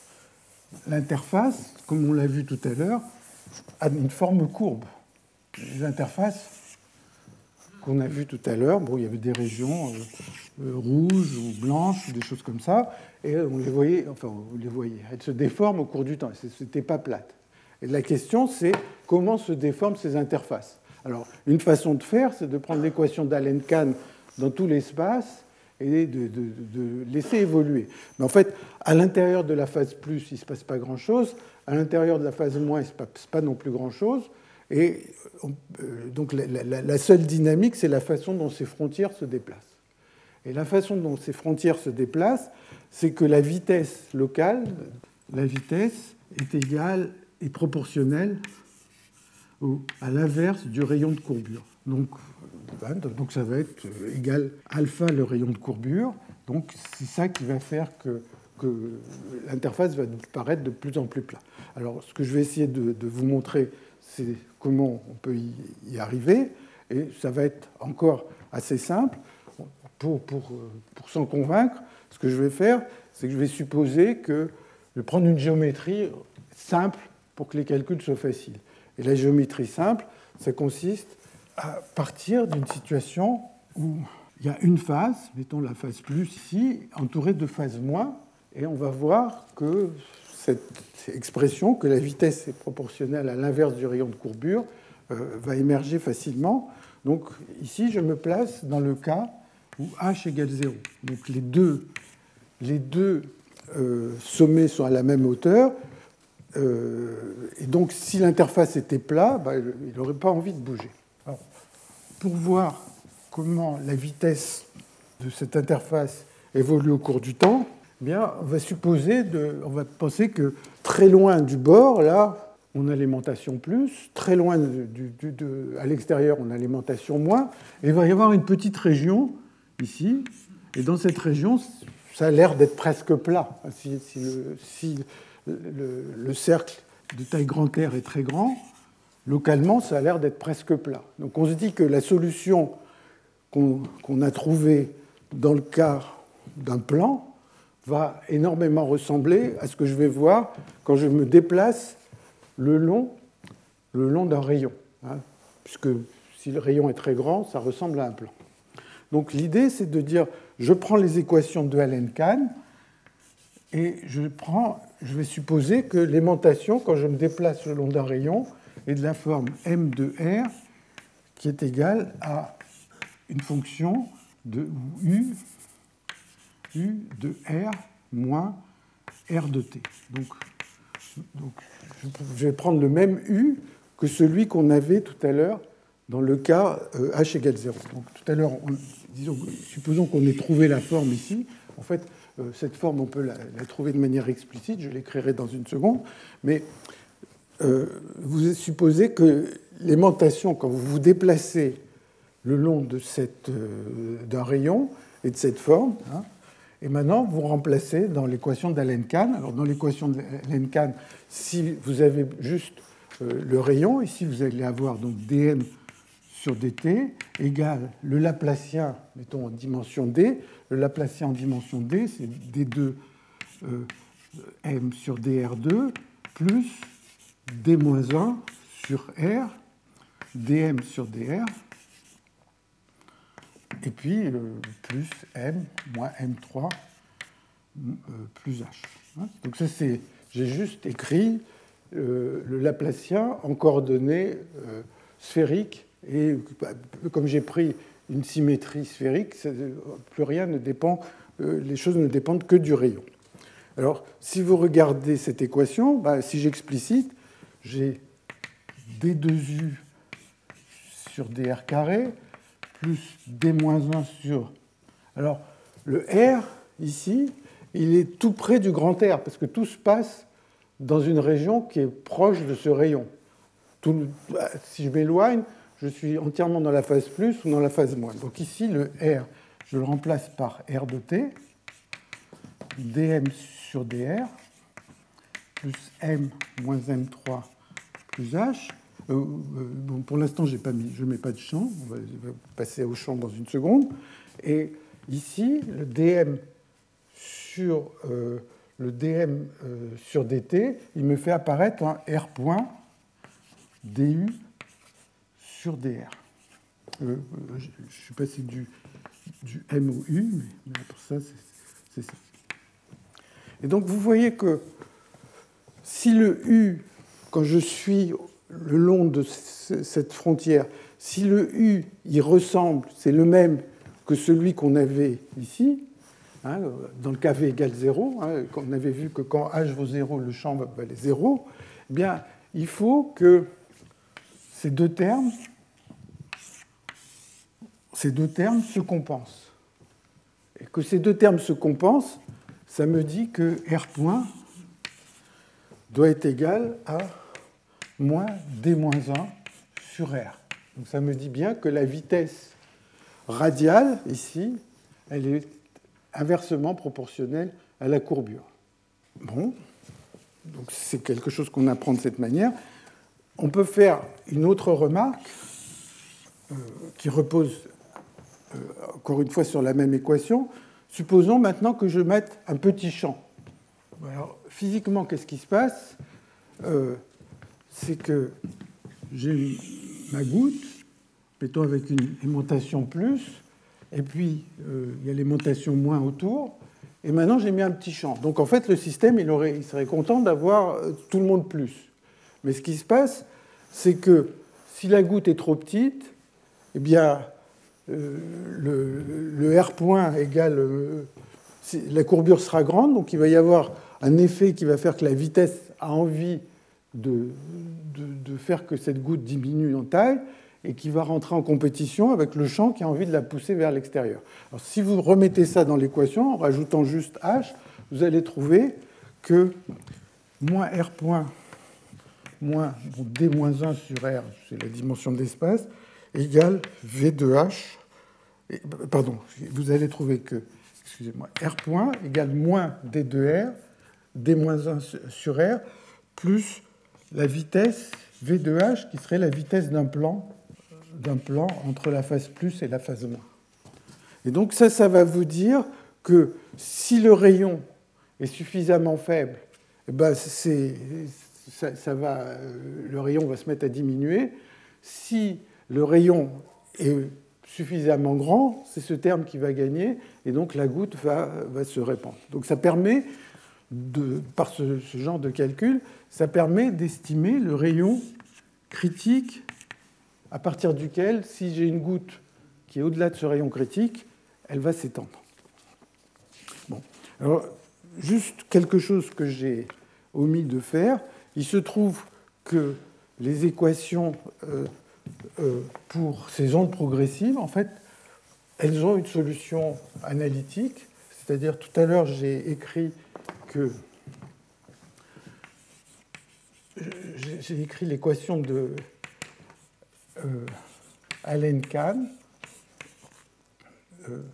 l'interface, comme on l'a vu tout à l'heure, a une forme courbe. Les interfaces qu'on a vues tout à l'heure, bon, il y avait des régions euh, rouges ou blanches, ou des choses comme ça, et on les voyait, enfin, vous les voyez, elles se déforment au cours du temps. Ce n'était pas plate. Et la question, c'est comment se déforment ces interfaces. Alors, une façon de faire, c'est de prendre l'équation d'Allen-Kahn dans tout l'espace et de, de, de laisser évoluer. Mais en fait, à l'intérieur de la phase plus, il ne se passe pas grand-chose. À l'intérieur de la phase moins, il ne se passe pas non plus grand-chose. Et on, euh, donc la, la, la seule dynamique, c'est la façon dont ces frontières se déplacent. Et la façon dont ces frontières se déplacent, c'est que la vitesse locale, la vitesse est égale et proportionnelle au, à l'inverse du rayon de courbure. Donc, donc ça va être égal alpha le rayon de courbure. Donc c'est ça qui va faire que, que l'interface va paraître de plus en plus plat. Alors ce que je vais essayer de, de vous montrer, c'est comment on peut y, y arriver. Et ça va être encore assez simple. Pour, pour, pour s'en convaincre, ce que je vais faire, c'est que je vais supposer que je vais prendre une géométrie simple pour que les calculs soient faciles. Et la géométrie simple, ça consiste à partir d'une situation où il y a une phase, mettons la phase plus ici, entourée de phases moins, et on va voir que cette expression, que la vitesse est proportionnelle à l'inverse du rayon de courbure, euh, va émerger facilement. Donc ici, je me place dans le cas où h égale zéro. Donc les deux, les deux euh, sommets sont à la même hauteur. Euh, et donc si l'interface était plat, bah, il n'aurait pas envie de bouger. Alors, pour voir comment la vitesse de cette interface évolue au cours du temps, eh bien, on va supposer, de, on va penser que très loin du bord, là, on a l'aimantation plus, très loin du, du, de, à l'extérieur, on a l'aimantation moins, et il va y avoir une petite région ici, et dans cette région, ça a l'air d'être presque plat. Si, si, le, si le, le cercle de taille grand R est très grand, localement, ça a l'air d'être presque plat. Donc on se dit que la solution qu'on, qu'on a trouvée dans le cas d'un plan va énormément ressembler à ce que je vais voir quand je me déplace le long, le long d'un rayon. Hein, puisque si le rayon est très grand, ça ressemble à un plan. Donc l'idée, c'est de dire, je prends les équations de Allen-Kahn et je, prends, je vais supposer que l'aimantation, quand je me déplace le long d'un rayon, est de la forme m de R qui est égale à une fonction de U, U de R moins R de T. Donc, donc je vais prendre le même U que celui qu'on avait tout à l'heure dans le cas euh, h égale zéro. Donc tout à l'heure, on, disons, supposons qu'on ait trouvé la forme ici. En fait, euh, cette forme, on peut la, la trouver de manière explicite. Je l'écrirai dans une seconde. Mais euh, vous supposez que l'aimantation, quand vous vous déplacez le long de cette, euh, d'un rayon et de cette forme, hein, et maintenant, vous remplacez dans l'équation d'Allen-Kahn. Alors, dans l'équation d'Allen-Kahn, si vous avez juste euh, le rayon, ici, vous allez avoir donc dm sur dt égale le Laplacien, mettons en dimension d. Le Laplacien en dimension d, c'est d deux euh, m sur dr deux plus d moins un sur r, dm sur dr, et puis euh, plus m moins m trois euh, plus h. Donc ça, c'est, j'ai juste écrit euh, le Laplacien en coordonnées euh, sphériques, et comme j'ai pris une symétrie sphérique, ça, plus rien ne dépend, euh, les choses ne dépendent que du rayon. Alors, si vous regardez cette équation, bah, si j'explicite, j'ai d deux u sur dr carré plus d moins un sur... Alors, le R, ici, il est tout près du grand R, parce que tout se passe dans une région qui est proche de ce rayon. Tout, si je m'éloigne, je suis entièrement dans la phase plus ou dans la phase moins. Donc ici, le R, je le remplace par R de t, dm sur dr, plus m moins m trois plus h. Euh, euh, bon, pour l'instant, j'ai pas mis, je ne mets pas de champ. On va, on va passer au champ dans une seconde. Et ici, le dm sur, euh, le dm, euh, sur dt, il me fait apparaître un R point du sur dr. Euh, je ne sais pas si c'est du, du m ou u, mais pour ça, c'est ça. Et donc, vous voyez que si le u, quand je suis le long de cette frontière, si le u, il ressemble, c'est le même que celui qu'on avait ici, hein, dans le cas v égale zéro, hein, on avait vu que quand h vaut zéro, le champ va valer zéro, eh bien, il faut que ces deux termes, ces deux termes se compensent. Et que ces deux termes se compensent, ça me dit que R point doit être égal à moins d moins un sur R. Donc ça me dit bien que la vitesse radiale, ici, elle est inversement proportionnelle à la courbure. Bon, donc c'est quelque chose qu'on apprend de cette manière. On peut faire une autre remarque euh, qui repose euh, encore une fois sur la même équation, supposons maintenant que je mette un petit champ. Alors, physiquement, qu'est-ce qui se passe? euh, C'est que j'ai ma goutte, mettons avec une aimantation plus, et puis euh, il y a l'aimantation moins autour, et maintenant j'ai mis un petit champ. Donc en fait, le système, il, aurait, il serait content d'avoir tout le monde plus. Mais ce qui se passe, c'est que si la goutte est trop petite, eh bien, euh, le, le R point égale... Euh, la courbure sera grande, donc il va y avoir un effet qui va faire que la vitesse a envie de, de, de faire que cette goutte diminue en taille et qui va rentrer en compétition avec le champ qui a envie de la pousser vers l'extérieur. Alors, si vous remettez ça dans l'équation, en rajoutant juste H, vous allez trouver que moins R point moins bon, D moins un sur R, c'est la dimension de l'espace, égale V de H. Et, pardon, vous allez trouver que, excusez-moi, R point égale moins D de R, D moins un sur R, plus la vitesse V de H, qui serait la vitesse d'un plan, d'un plan entre la phase plus et la phase moins. Et donc ça, ça va vous dire que si le rayon est suffisamment faible, eh ben c'est, ça, ça va, le rayon va se mettre à diminuer. Si le rayon est suffisamment grand, c'est ce terme qui va gagner, et donc la goutte va, va se répandre. Donc ça permet, de, par ce, ce genre de calcul, ça permet d'estimer le rayon critique à partir duquel, si j'ai une goutte qui est au-delà de ce rayon critique, elle va s'étendre. Bon. Alors, juste quelque chose que j'ai omis de faire. Il se trouve que les équations euh, euh, pour ces ondes progressives, en fait, elles ont une solution analytique. C'est-à-dire, tout à l'heure, j'ai écrit que j'ai écrit l'équation de euh, Allen-Kahn. Euh,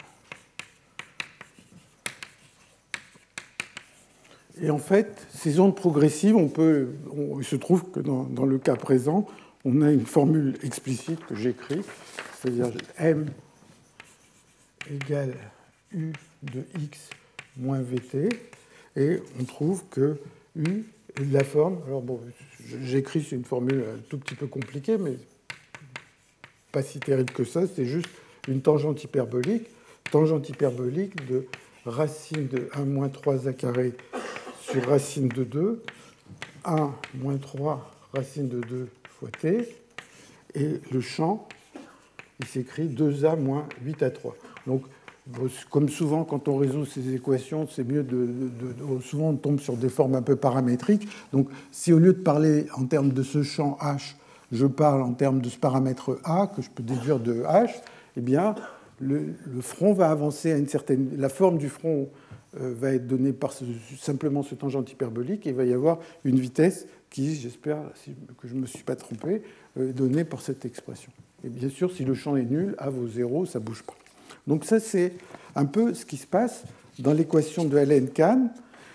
et en fait, ces ondes progressives, on peut, on, il se trouve que dans, dans le cas présent, on a une formule explicite que j'écris, c'est-à-dire M égale U de X moins V T, et on trouve que U est de la forme, alors bon, j'écris, c'est une formule un tout petit peu compliquée, mais pas si terrible que ça, c'est juste une tangente hyperbolique, tangente hyperbolique de racine de un moins trois A carré sur racine de deux, un moins trois racine de deux fois t, et le champ, il s'écrit deux A moins huit A trois. Donc, comme souvent, quand on résout ces équations, c'est mieux de, de, de... Souvent, on tombe sur des formes un peu paramétriques. Donc, si au lieu de parler en termes de ce champ H, je parle en termes de ce paramètre A, que je peux déduire de H, eh bien, le, le front va avancer à une certaine... La forme du front euh, va être donnée par ce, simplement ce tangente hyperbolique, et il va y avoir une vitesse qui, j'espère que je ne me suis pas trompé, euh, est donnée par cette expression. Et bien sûr, si le champ est nul, A vaut zéro, ça ne bouge pas. Donc ça, c'est un peu ce qui se passe dans l'équation de Allen-Kahn.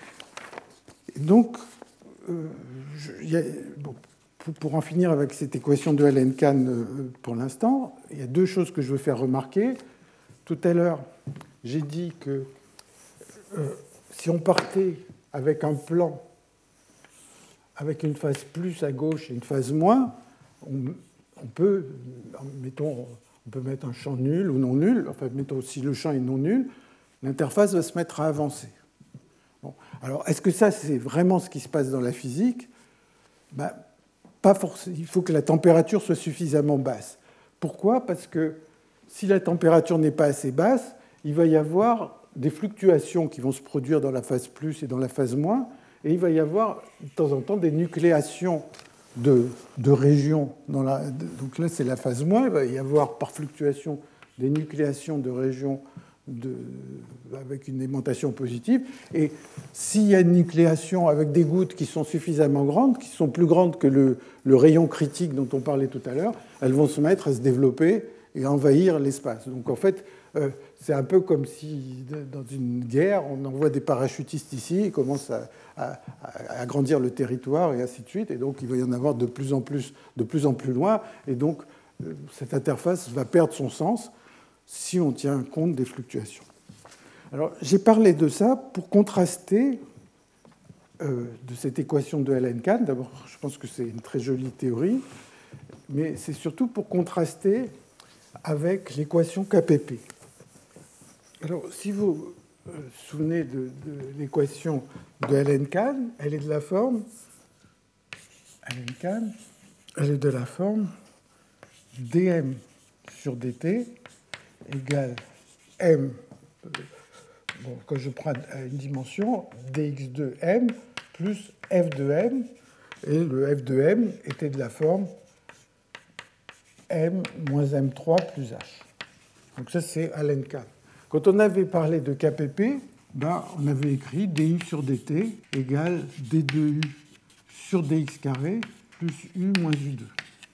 Donc, euh, je, y a, bon, pour, pour en finir avec cette équation de Allen-Kahn euh, pour l'instant, il y a deux choses que je veux faire remarquer. Tout à l'heure, j'ai dit que euh, si on partait avec un plan avec une phase plus à gauche et une phase moins, on, on peut, mettons... On peut mettre un champ nul ou non nul. Enfin, mettons, si le champ est non nul, l'interface va se mettre à avancer. Bon. Alors, est-ce que ça, c'est vraiment ce qui se passe dans la physique? Ben, pas forcément. Il faut que la température soit suffisamment basse. Pourquoi? Parce que si la température n'est pas assez basse, il va y avoir des fluctuations qui vont se produire dans la phase plus et dans la phase moins, et il va y avoir de temps en temps des nucléations De, de régions. Dans la, de, donc là, c'est la phase moins. Il va y avoir par fluctuation des nucléations de régions de, avec une aimantation positive. Et s'il y a une nucléation avec des gouttes qui sont suffisamment grandes, qui sont plus grandes que le, le rayon critique dont on parlait tout à l'heure, elles vont se mettre à se développer et à envahir l'espace. Donc en fait, euh, c'est un peu comme si, dans une guerre, on envoie des parachutistes ici, ils commencent à, à, à agrandir le territoire et ainsi de suite. Et donc, il va y en avoir de plus en plus, de plus en plus loin. Et donc, euh, cette interface va perdre son sens. si on tient compte des fluctuations. Alors, j'ai parlé de ça pour contraster euh, de cette équation de Allen-Kahn. D'abord, je pense que c'est une très jolie théorie, mais c'est surtout pour contraster avec l'équation K P P. Alors, si vous vous souvenez de, de l'équation de Allen-Kahn, elle est de la forme Allen-Kahn, elle est de la forme dm sur dt égale m, bon, quand je prends une dimension, dx deux m plus f de m, et le f de m était de la forme m moins m trois plus h. Donc ça, c'est Allen-Kahn. Quand on avait parlé de K P P, ben, on avait écrit du sur dt égale d deux u sur dx carré plus u moins u deux.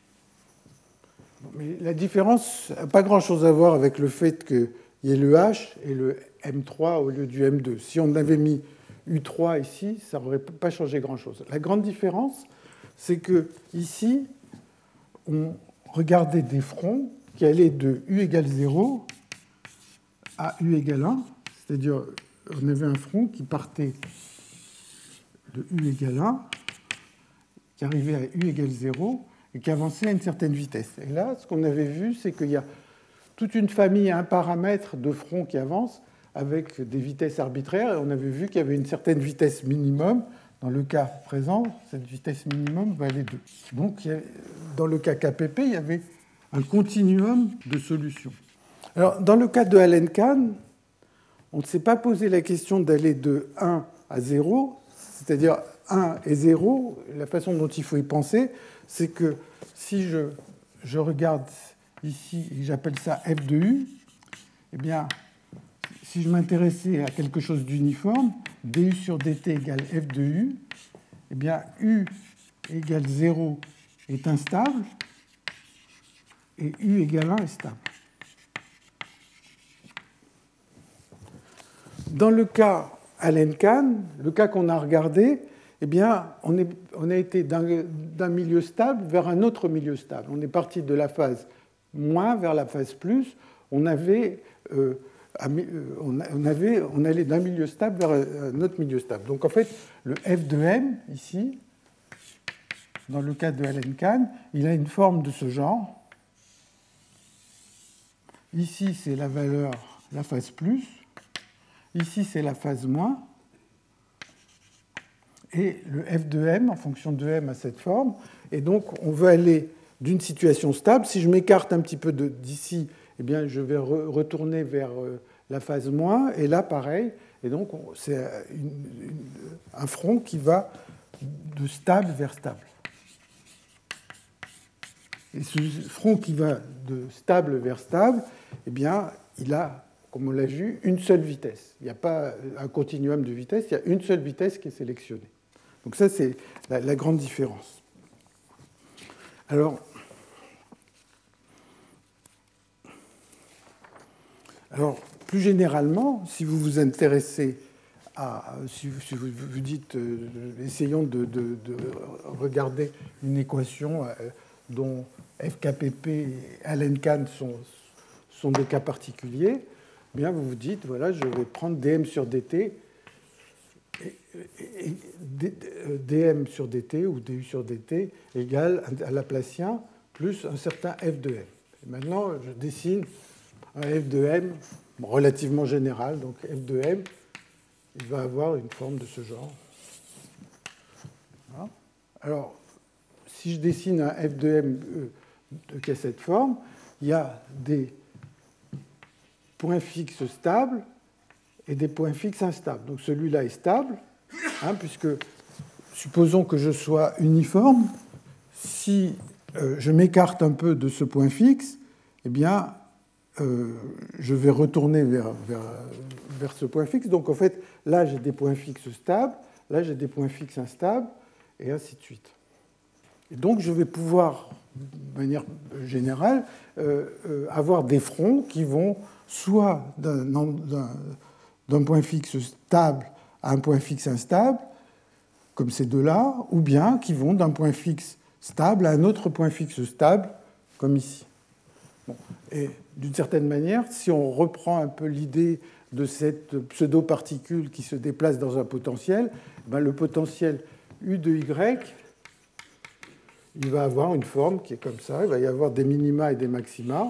Mais la différence n'a pas grand-chose à voir avec le fait qu'il y ait le h et le m trois au lieu du m deux. Si on avait mis u trois ici, ça n'aurait pas changé grand-chose. La grande différence, c'est que ici, on regardait des fronts qui allaient de u égale zéro à u égale un, c'est-à-dire on avait un front qui partait de u égale un, qui arrivait à u égale zéro, et qui avançait à une certaine vitesse. Et là, ce qu'on avait vu, c'est qu'il y a toute une famille, un paramètre de front qui avance avec des vitesses arbitraires, et on avait vu qu'il y avait une certaine vitesse minimum. Dans le cas présent, cette vitesse minimum valait deux. Donc, dans le cas K P P, il y avait un continuum de solutions. Alors, dans le cas de Allen-Kahn, on ne s'est pas posé la question d'aller de un à zéro, c'est-à-dire un et zéro. La façon dont il faut y penser, c'est que si je, je regarde ici et que j'appelle ça f de u, eh bien, si je m'intéressais à quelque chose d'uniforme, du sur dt égale f de u, eh bien, u égale zéro est instable et u égale un est stable. Dans le cas Allen-Kahn, le cas qu'on a regardé, eh bien, on, est, on a été d'un milieu stable vers un autre milieu stable. On est parti de la phase moins vers la phase plus. On avait, euh, on avait, on allait d'un milieu stable vers un autre milieu stable. Donc en fait, le f de m ici, dans le cas de Allen-Kahn, il a une forme de ce genre. Ici, c'est la valeur, la phase plus. Ici, c'est la phase moins. Et le f de m, en fonction de m, a cette forme. Et donc, on veut aller d'une situation stable. Si je m'écarte un petit peu d'ici, eh bien, je vais re retourner vers la phase moins. Et là, pareil. Et donc, c'est un front qui va de stable vers stable. Et ce front qui va de stable vers stable, eh bien, il a, comme on l'a vu, une seule vitesse. Il n'y a pas un continuum de vitesse, il y a une seule vitesse qui est sélectionnée. Donc ça, c'est la, la grande différence. Alors, alors, plus généralement, si vous vous intéressez à, si vous, si vous, vous dites, euh, essayons de, de, de regarder une équation euh, dont F K P P et Allen-Kahn sont, sont des cas particuliers, eh bien vous vous dites, voilà, je vais prendre dm sur dt, et, et, et, dm sur dt ou du sur dt égale à Laplacien plus un certain f de m. Et maintenant, je dessine un f de m relativement général, donc f de m, il va avoir une forme de ce genre. Voilà. Alors, si je dessine un f de m qui a cette forme, il y a des points fixes stables et des points fixes instables. Donc celui-là est stable, hein, puisque supposons que je sois uniforme. Si euh, je m'écarte un peu de ce point fixe, eh bien, euh, je vais retourner vers, vers, vers ce point fixe. Donc en fait, là, j'ai des points fixes stables, là, j'ai des points fixes instables, et ainsi de suite. Et donc, je vais pouvoir, de manière générale, euh, euh, avoir des fronts qui vont soit d'un point fixe stable à un point fixe instable, comme ces deux-là, ou bien qui vont d'un point fixe stable à un autre point fixe stable, comme ici. Bon. Et d'une certaine manière, si on reprend un peu l'idée de cette pseudo-particule qui se déplace dans un potentiel, ben le potentiel U de Y, il va avoir une forme qui est comme ça. Il va y avoir des minima et des maxima.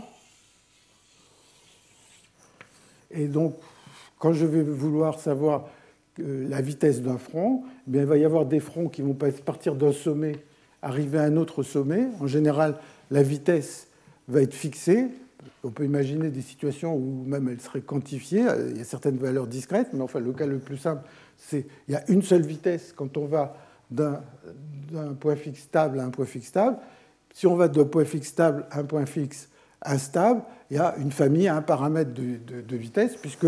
Et donc, quand je vais vouloir savoir la vitesse d'un front, eh bien, il va y avoir des fronts qui vont partir d'un sommet, arriver à un autre sommet. En général, la vitesse va être fixée. On peut imaginer des situations où même elle serait quantifiée. Il y a certaines valeurs discrètes, mais enfin, le cas le plus simple, c'est qu'il y a une seule vitesse quand on va d'un, d'un point fixe stable à un point fixe stable. Si on va d'un point fixe stable à un point fixe instable, il y a une famille à un paramètre de, de, de vitesse, puisque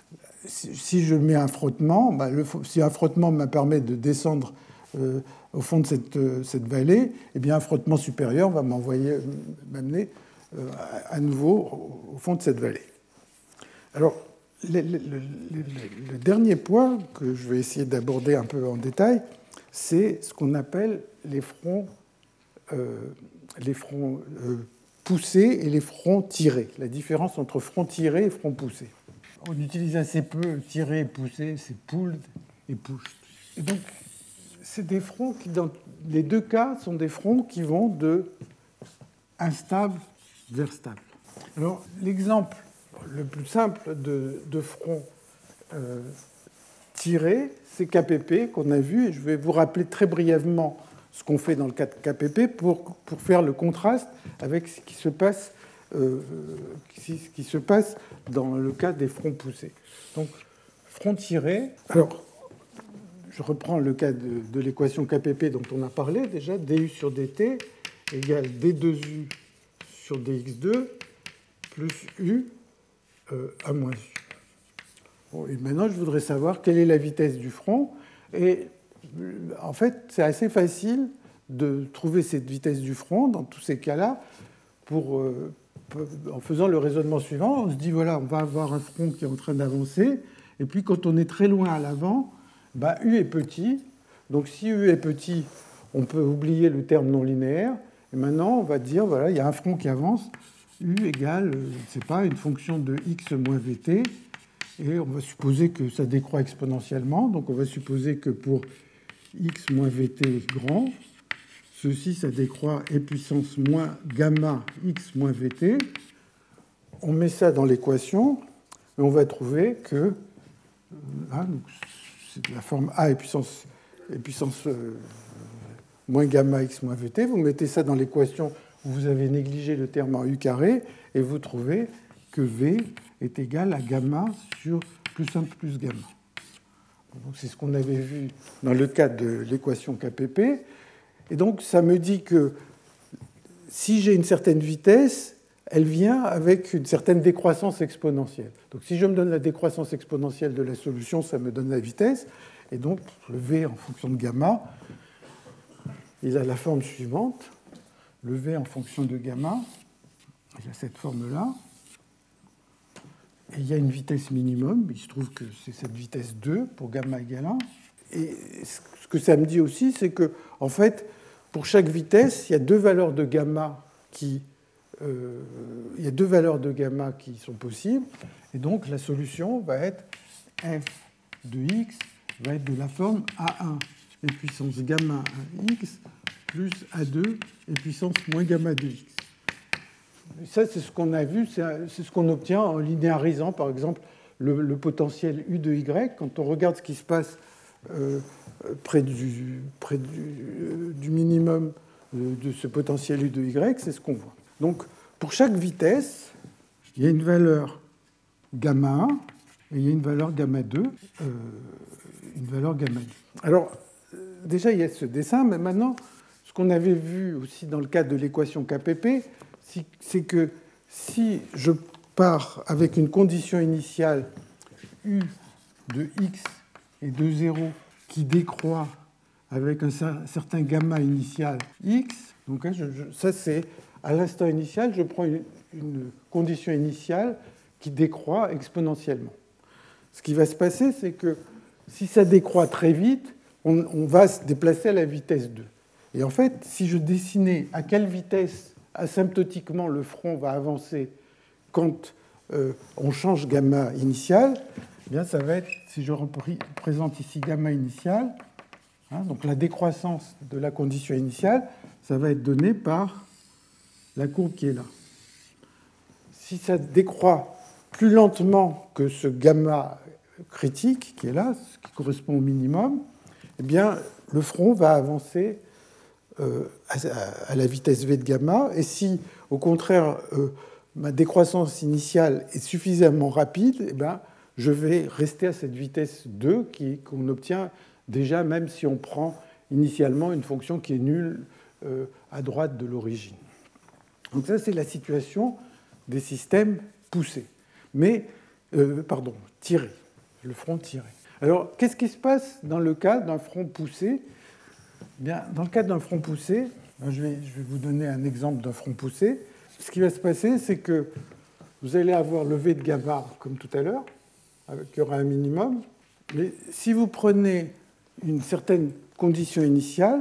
si je mets un frottement, ben le, si un frottement me permet de descendre euh, au fond de cette, cette vallée, eh bien un frottement supérieur va m'envoyer, m'amener euh, à nouveau au fond de cette vallée. Alors, le, le, le, le dernier point que je vais essayer d'aborder un peu en détail, c'est ce qu'on appelle les fronts, euh, les fronts euh, poussés et les fronts tirés. La différence entre front tiré et front poussé. On utilise assez peu tiré et poussé, c'est pulled et pushed. Et donc, c'est des fronts qui, dans les deux cas, sont des fronts qui vont de instable vers stable. Alors, l'exemple le plus simple de, de front euh, tiré, c'est K P P qu'on a vu, et je vais vous rappeler très brièvement ce qu'on fait dans le cas de K P P pour, pour faire le contraste avec ce qui se passe, euh, ce qui se passe dans le cas des fronts poussés. Donc, front tiré. Alors, je reprends le cas de, de l'équation K P P dont on a parlé déjà, du sur dt égale d deux u sur dx deux plus u euh, à moins u. Bon, et maintenant, je voudrais savoir quelle est la vitesse du front. Et en fait, c'est assez facile de trouver cette vitesse du front dans tous ces cas-là pour, euh, en faisant le raisonnement suivant. On se dit, voilà, on va avoir un front qui est en train d'avancer. Et puis, quand on est très loin à l'avant, bah, U est petit. Donc, si U est petit, on peut oublier le terme non linéaire. Et maintenant, on va dire, voilà, il y a un front qui avance. U égale, je ne sais pas, une fonction de x moins vt. Et on va supposer que ça décroît exponentiellement. Donc, on va supposer que pour x moins vt grand, ceci, ça décroît e puissance moins gamma x moins vt. On met ça dans l'équation et on va trouver que là, donc, c'est la forme a e puissance, e puissance euh, moins gamma x moins vt. Vous mettez ça dans l'équation où vous avez négligé le terme en u carré et vous trouvez que v est égal à gamma sur plus un plus gamma. Donc, c'est ce qu'on avait vu dans le cas de l'équation K P P. Et donc, ça me dit que si j'ai une certaine vitesse, elle vient avec une certaine décroissance exponentielle. Donc, si je me donne la décroissance exponentielle de la solution, ça me donne la vitesse. Et donc, le V en fonction de gamma, il a la forme suivante. Le V en fonction de gamma, il a cette forme-là. Et il y a une vitesse minimum. Il se trouve que c'est cette vitesse deux pour gamma égale un. Et ce que ça me dit aussi, c'est que, en fait, pour chaque vitesse, il y a deux valeurs de gamma qui, euh, il y a deux valeurs de gamma qui sont possibles. Et donc, la solution va être f de x va être de la forme a un et puissance gamma un x plus a deux et puissance moins gamma deux x. Et ça, c'est ce qu'on a vu, c'est ce qu'on obtient en linéarisant, par exemple, le, le potentiel U de Y. Quand on regarde ce qui se passe euh, près, du, près du, euh, du minimum de, de ce potentiel U de Y, c'est ce qu'on voit. Donc, pour chaque vitesse, il y a une valeur gamma un et il y a une valeur gamma deux. Euh, une valeur gamma deux. Alors, déjà, il y a ce dessin, mais maintenant, ce qu'on avait vu aussi dans le cadre de l'équation K P P, c'est que si je pars avec une condition initiale U de x et de zéro qui décroît avec un certain gamma initial x, donc je, je, ça c'est à l'instant initial, je prends une, une condition initiale qui décroît exponentiellement. Ce qui va se passer, c'est que si ça décroît très vite, on, on va se déplacer à la vitesse deux. Et en fait, si je dessinais à quelle vitesse asymptotiquement le front va avancer quand euh, on change gamma initial, eh bien, ça va être, si je représente ici gamma initial, hein, donc la décroissance de la condition initiale, ça va être donné par la courbe qui est là. Si ça décroît plus lentement que ce gamma critique qui est là, ce qui correspond au minimum, eh bien, le front va avancer euh, à, à la vitesse v de gamma. Et si, au contraire, euh, ma décroissance initiale est suffisamment rapide, eh bien, je vais rester à cette vitesse deux qui, qu'on obtient déjà même si on prend initialement une fonction qui est nulle euh, à droite de l'origine. Donc ça, c'est la situation des systèmes poussés. Mais, euh, pardon, tirés, le front tiré. Alors, qu'est-ce qui se passe dans le cas d'un front poussé ? Bien, dans le cas d'un front poussé, je vais, je vais vous donner un exemple d'un front poussé. Ce qui va se passer, c'est que vous allez avoir le V de gamma comme tout à l'heure, qui aura un minimum. Mais si vous prenez une certaine condition initiale,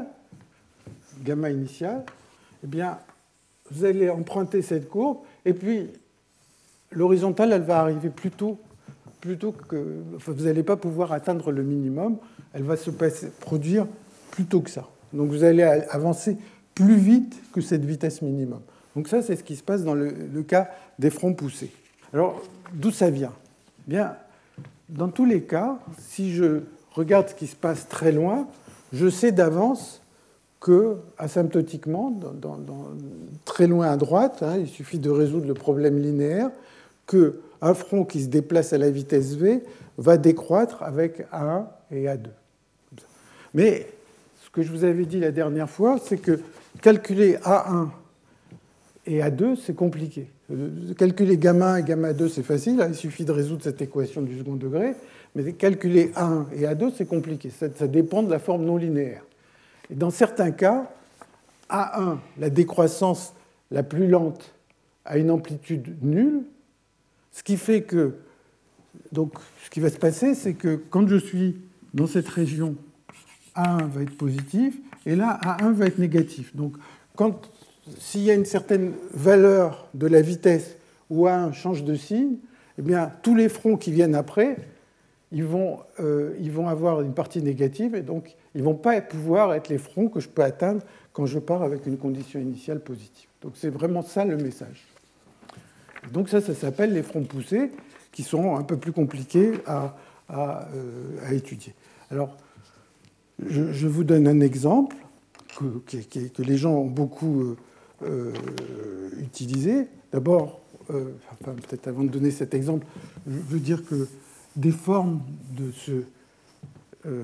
gamma initiale, eh bien, vous allez emprunter cette courbe, et puis l'horizontale, elle va arriver plus tôt, plus tôt que... Enfin, vous n'allez pas pouvoir atteindre le minimum, elle va se passer, produire plus tôt que ça. Donc vous allez avancer plus vite que cette vitesse minimum. Donc ça, c'est ce qui se passe dans le, le cas des fronts poussés. Alors, d'où ça vient ? Bien, dans tous les cas, si je regarde ce qui se passe très loin, je sais d'avance que, asymptotiquement, dans, dans, dans, très loin à droite, hein, il suffit de résoudre le problème linéaire, qu'un front qui se déplace à la vitesse v va décroître avec A un et A deux. Mais ce que je vous avais dit la dernière fois, c'est que calculer A un et A deux, c'est compliqué. Calculer gamma un et gamma deux, c'est facile, il suffit de résoudre cette équation du second degré, mais calculer A un et A deux, c'est compliqué. Ça, ça dépend de la forme non linéaire. Et dans certains cas, A un, la décroissance la plus lente, a une amplitude nulle, ce qui fait que, donc, ce qui va se passer, c'est que quand je suis dans cette région, A un va être positif, et là, A un va être négatif. Donc, quand, s'il y a une certaine valeur de la vitesse où A un change de signe, eh bien, tous les fronts qui viennent après, ils vont, euh, ils vont avoir une partie négative, et donc ils ne vont pas pouvoir être les fronts que je peux atteindre quand je pars avec une condition initiale positive. Donc c'est vraiment ça le message. Donc ça, ça s'appelle les fronts poussés, qui sont un peu plus compliqués à, à, euh, à étudier. Alors, je, je vous donne un exemple que, que, que les gens ont beaucoup euh, euh, utilisé. D'abord, euh, enfin, peut-être avant de donner cet exemple, je veux dire que des formes de ce... Euh,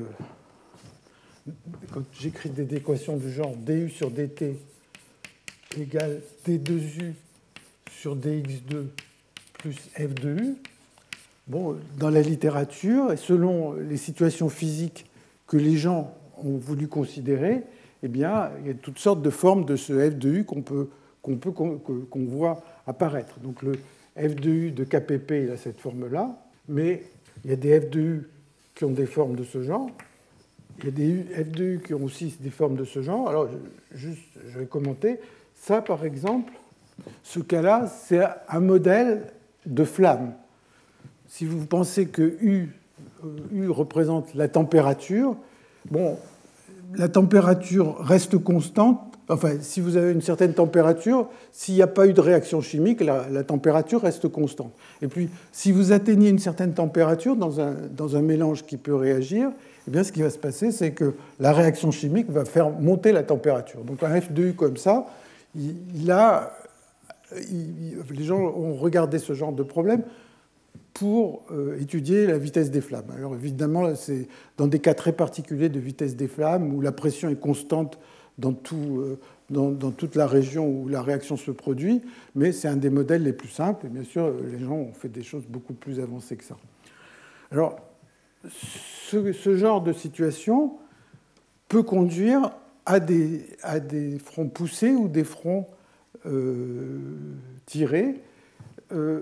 quand j'écris des équations du genre du sur dt égale d deux u sur dx deux plus f deux u, bon, dans la littérature, et selon les situations physiques que les gens ont voulu considérer, eh bien, il y a toutes sortes de formes de ce f deux u qu'on peut, qu'on peut, qu'on, qu'on voit apparaître. Donc le f deux u de K P P, il a cette forme-là, mais il y a des f deux u qui ont des formes de ce genre. Il y a des f deux u qui ont aussi des formes de ce genre. Alors, juste, je vais commenter. Ça, par exemple, ce cas-là, c'est un modèle de flamme. Si vous pensez que U, U représente la température, bon, la température reste constante. Enfin, si vous avez une certaine température, s'il n'y a pas eu de réaction chimique, la, la température reste constante. Et puis, si vous atteignez une certaine température dans un, dans un mélange qui peut réagir, eh bien, ce qui va se passer, c'est que la réaction chimique va faire monter la température. Donc, un f deux u comme ça, il, il a, il, les gens ont regardé ce genre de problème pour euh, étudier la vitesse des flammes. Alors, évidemment, c'est dans des cas très particuliers de vitesse des flammes où la pression est constante dans, tout, euh, dans, dans toute la région où la réaction se produit, mais c'est un des modèles les plus simples. Et bien sûr, les gens ont fait des choses beaucoup plus avancées que ça. Alors, ce, ce genre de situation peut conduire à des, à des fronts poussés ou des fronts euh, tirés. Euh,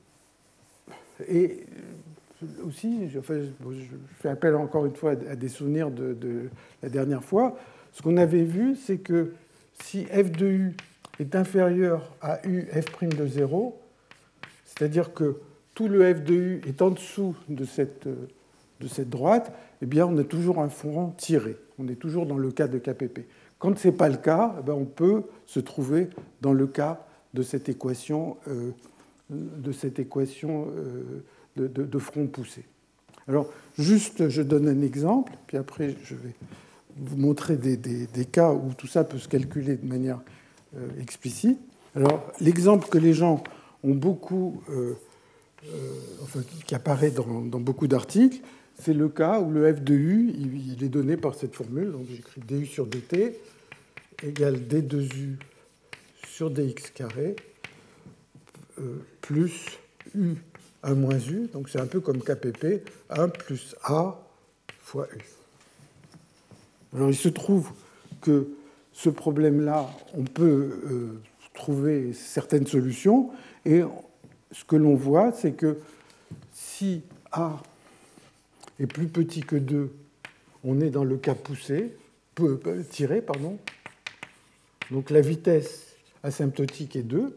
et aussi, enfin, je fais appel encore une fois à des souvenirs de, de la dernière fois. Ce qu'on avait vu, c'est que si f deux u est inférieur à u f' de zéro, c'est-à-dire que tout le f de u est en dessous de cette, de cette droite, eh bien, on a toujours un front tiré. On est toujours dans le cas de K P P. Quand ce n'est pas le cas, eh bien, on peut se trouver dans le cas de cette équation, euh, de, cette équation euh, de, de, de front poussé. Alors, juste, je donne un exemple, puis après, je vais vous montrer des, des, des cas où tout ça peut se calculer de manière euh, explicite. Alors, l'exemple que les gens ont beaucoup, euh, euh, enfin, qui apparaît dans, dans beaucoup d'articles, c'est le cas où le f de u, il, il est donné par cette formule. Donc, j'écris du sur dt égale d deux u sur dx carré euh, plus u un moins u. Donc, c'est un peu comme K P P, un plus a fois u. Alors, il se trouve que ce problème-là, on peut euh, trouver certaines solutions. Et ce que l'on voit, c'est que si A est plus petit que deux, on est dans le cas poussé, peu, tiré, pardon. Donc la vitesse asymptotique est deux.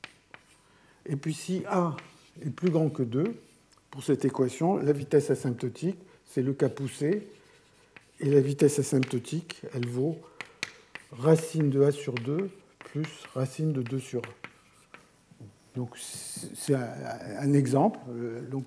Et puis si A est plus grand que deux, pour cette équation, la vitesse asymptotique, c'est le cas poussé. Et la vitesse asymptotique, elle vaut racine de A sur deux plus racine de deux sur un. Donc c'est un exemple. Donc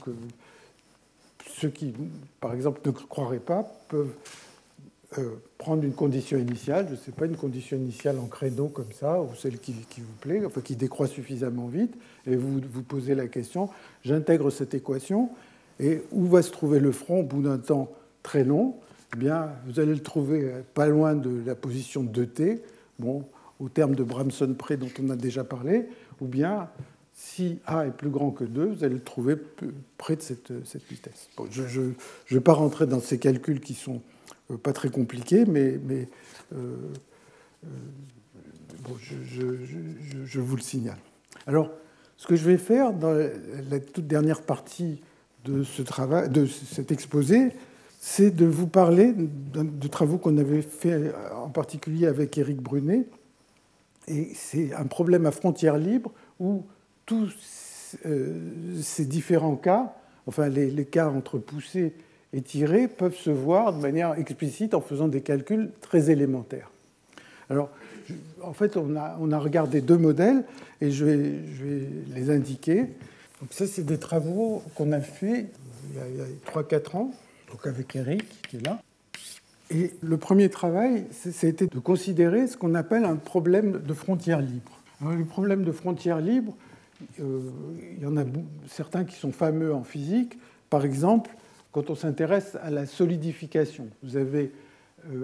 ceux qui, par exemple, ne croiraient pas peuvent prendre une condition initiale, je ne sais pas, une condition initiale en créneau comme ça, ou celle qui, qui vous plaît, enfin qui décroît suffisamment vite, et vous vous posez la question, j'intègre cette équation, et où va se trouver le front au bout d'un temps très long? Eh bien, vous allez le trouver pas loin de la position de deux t, bon, au terme de Bramson près dont on a déjà parlé, ou bien, si A est plus grand que deux, vous allez le trouver près de cette, cette vitesse. Bon, je ne vais pas rentrer dans ces calculs qui sont euh, pas très compliqués, mais, mais euh, euh, bon, je, je, je, je vous le signale. Alors, ce que je vais faire dans la, la toute dernière partie de, ce travail, de cet exposé, c'est de vous parler de travaux qu'on avait fait en particulier avec Éric Brunet. Et c'est un problème à frontières libres où tous euh, ces différents cas, enfin les, les cas entre poussés et tirés, peuvent se voir de manière explicite en faisant des calculs très élémentaires. Alors, je, en fait, on a, on a regardé deux modèles et je vais, je vais les indiquer. Donc ça, c'est des travaux qu'on a fait il y a, il y a trois quatre ans, donc avec Éric qui est là. Et le premier travail, c'était de considérer ce qu'on appelle un problème de frontières libres. Alors, les problèmes de frontières libres, euh, il y en a certains qui sont fameux en physique. Par exemple, quand on s'intéresse à la solidification, vous avez, euh,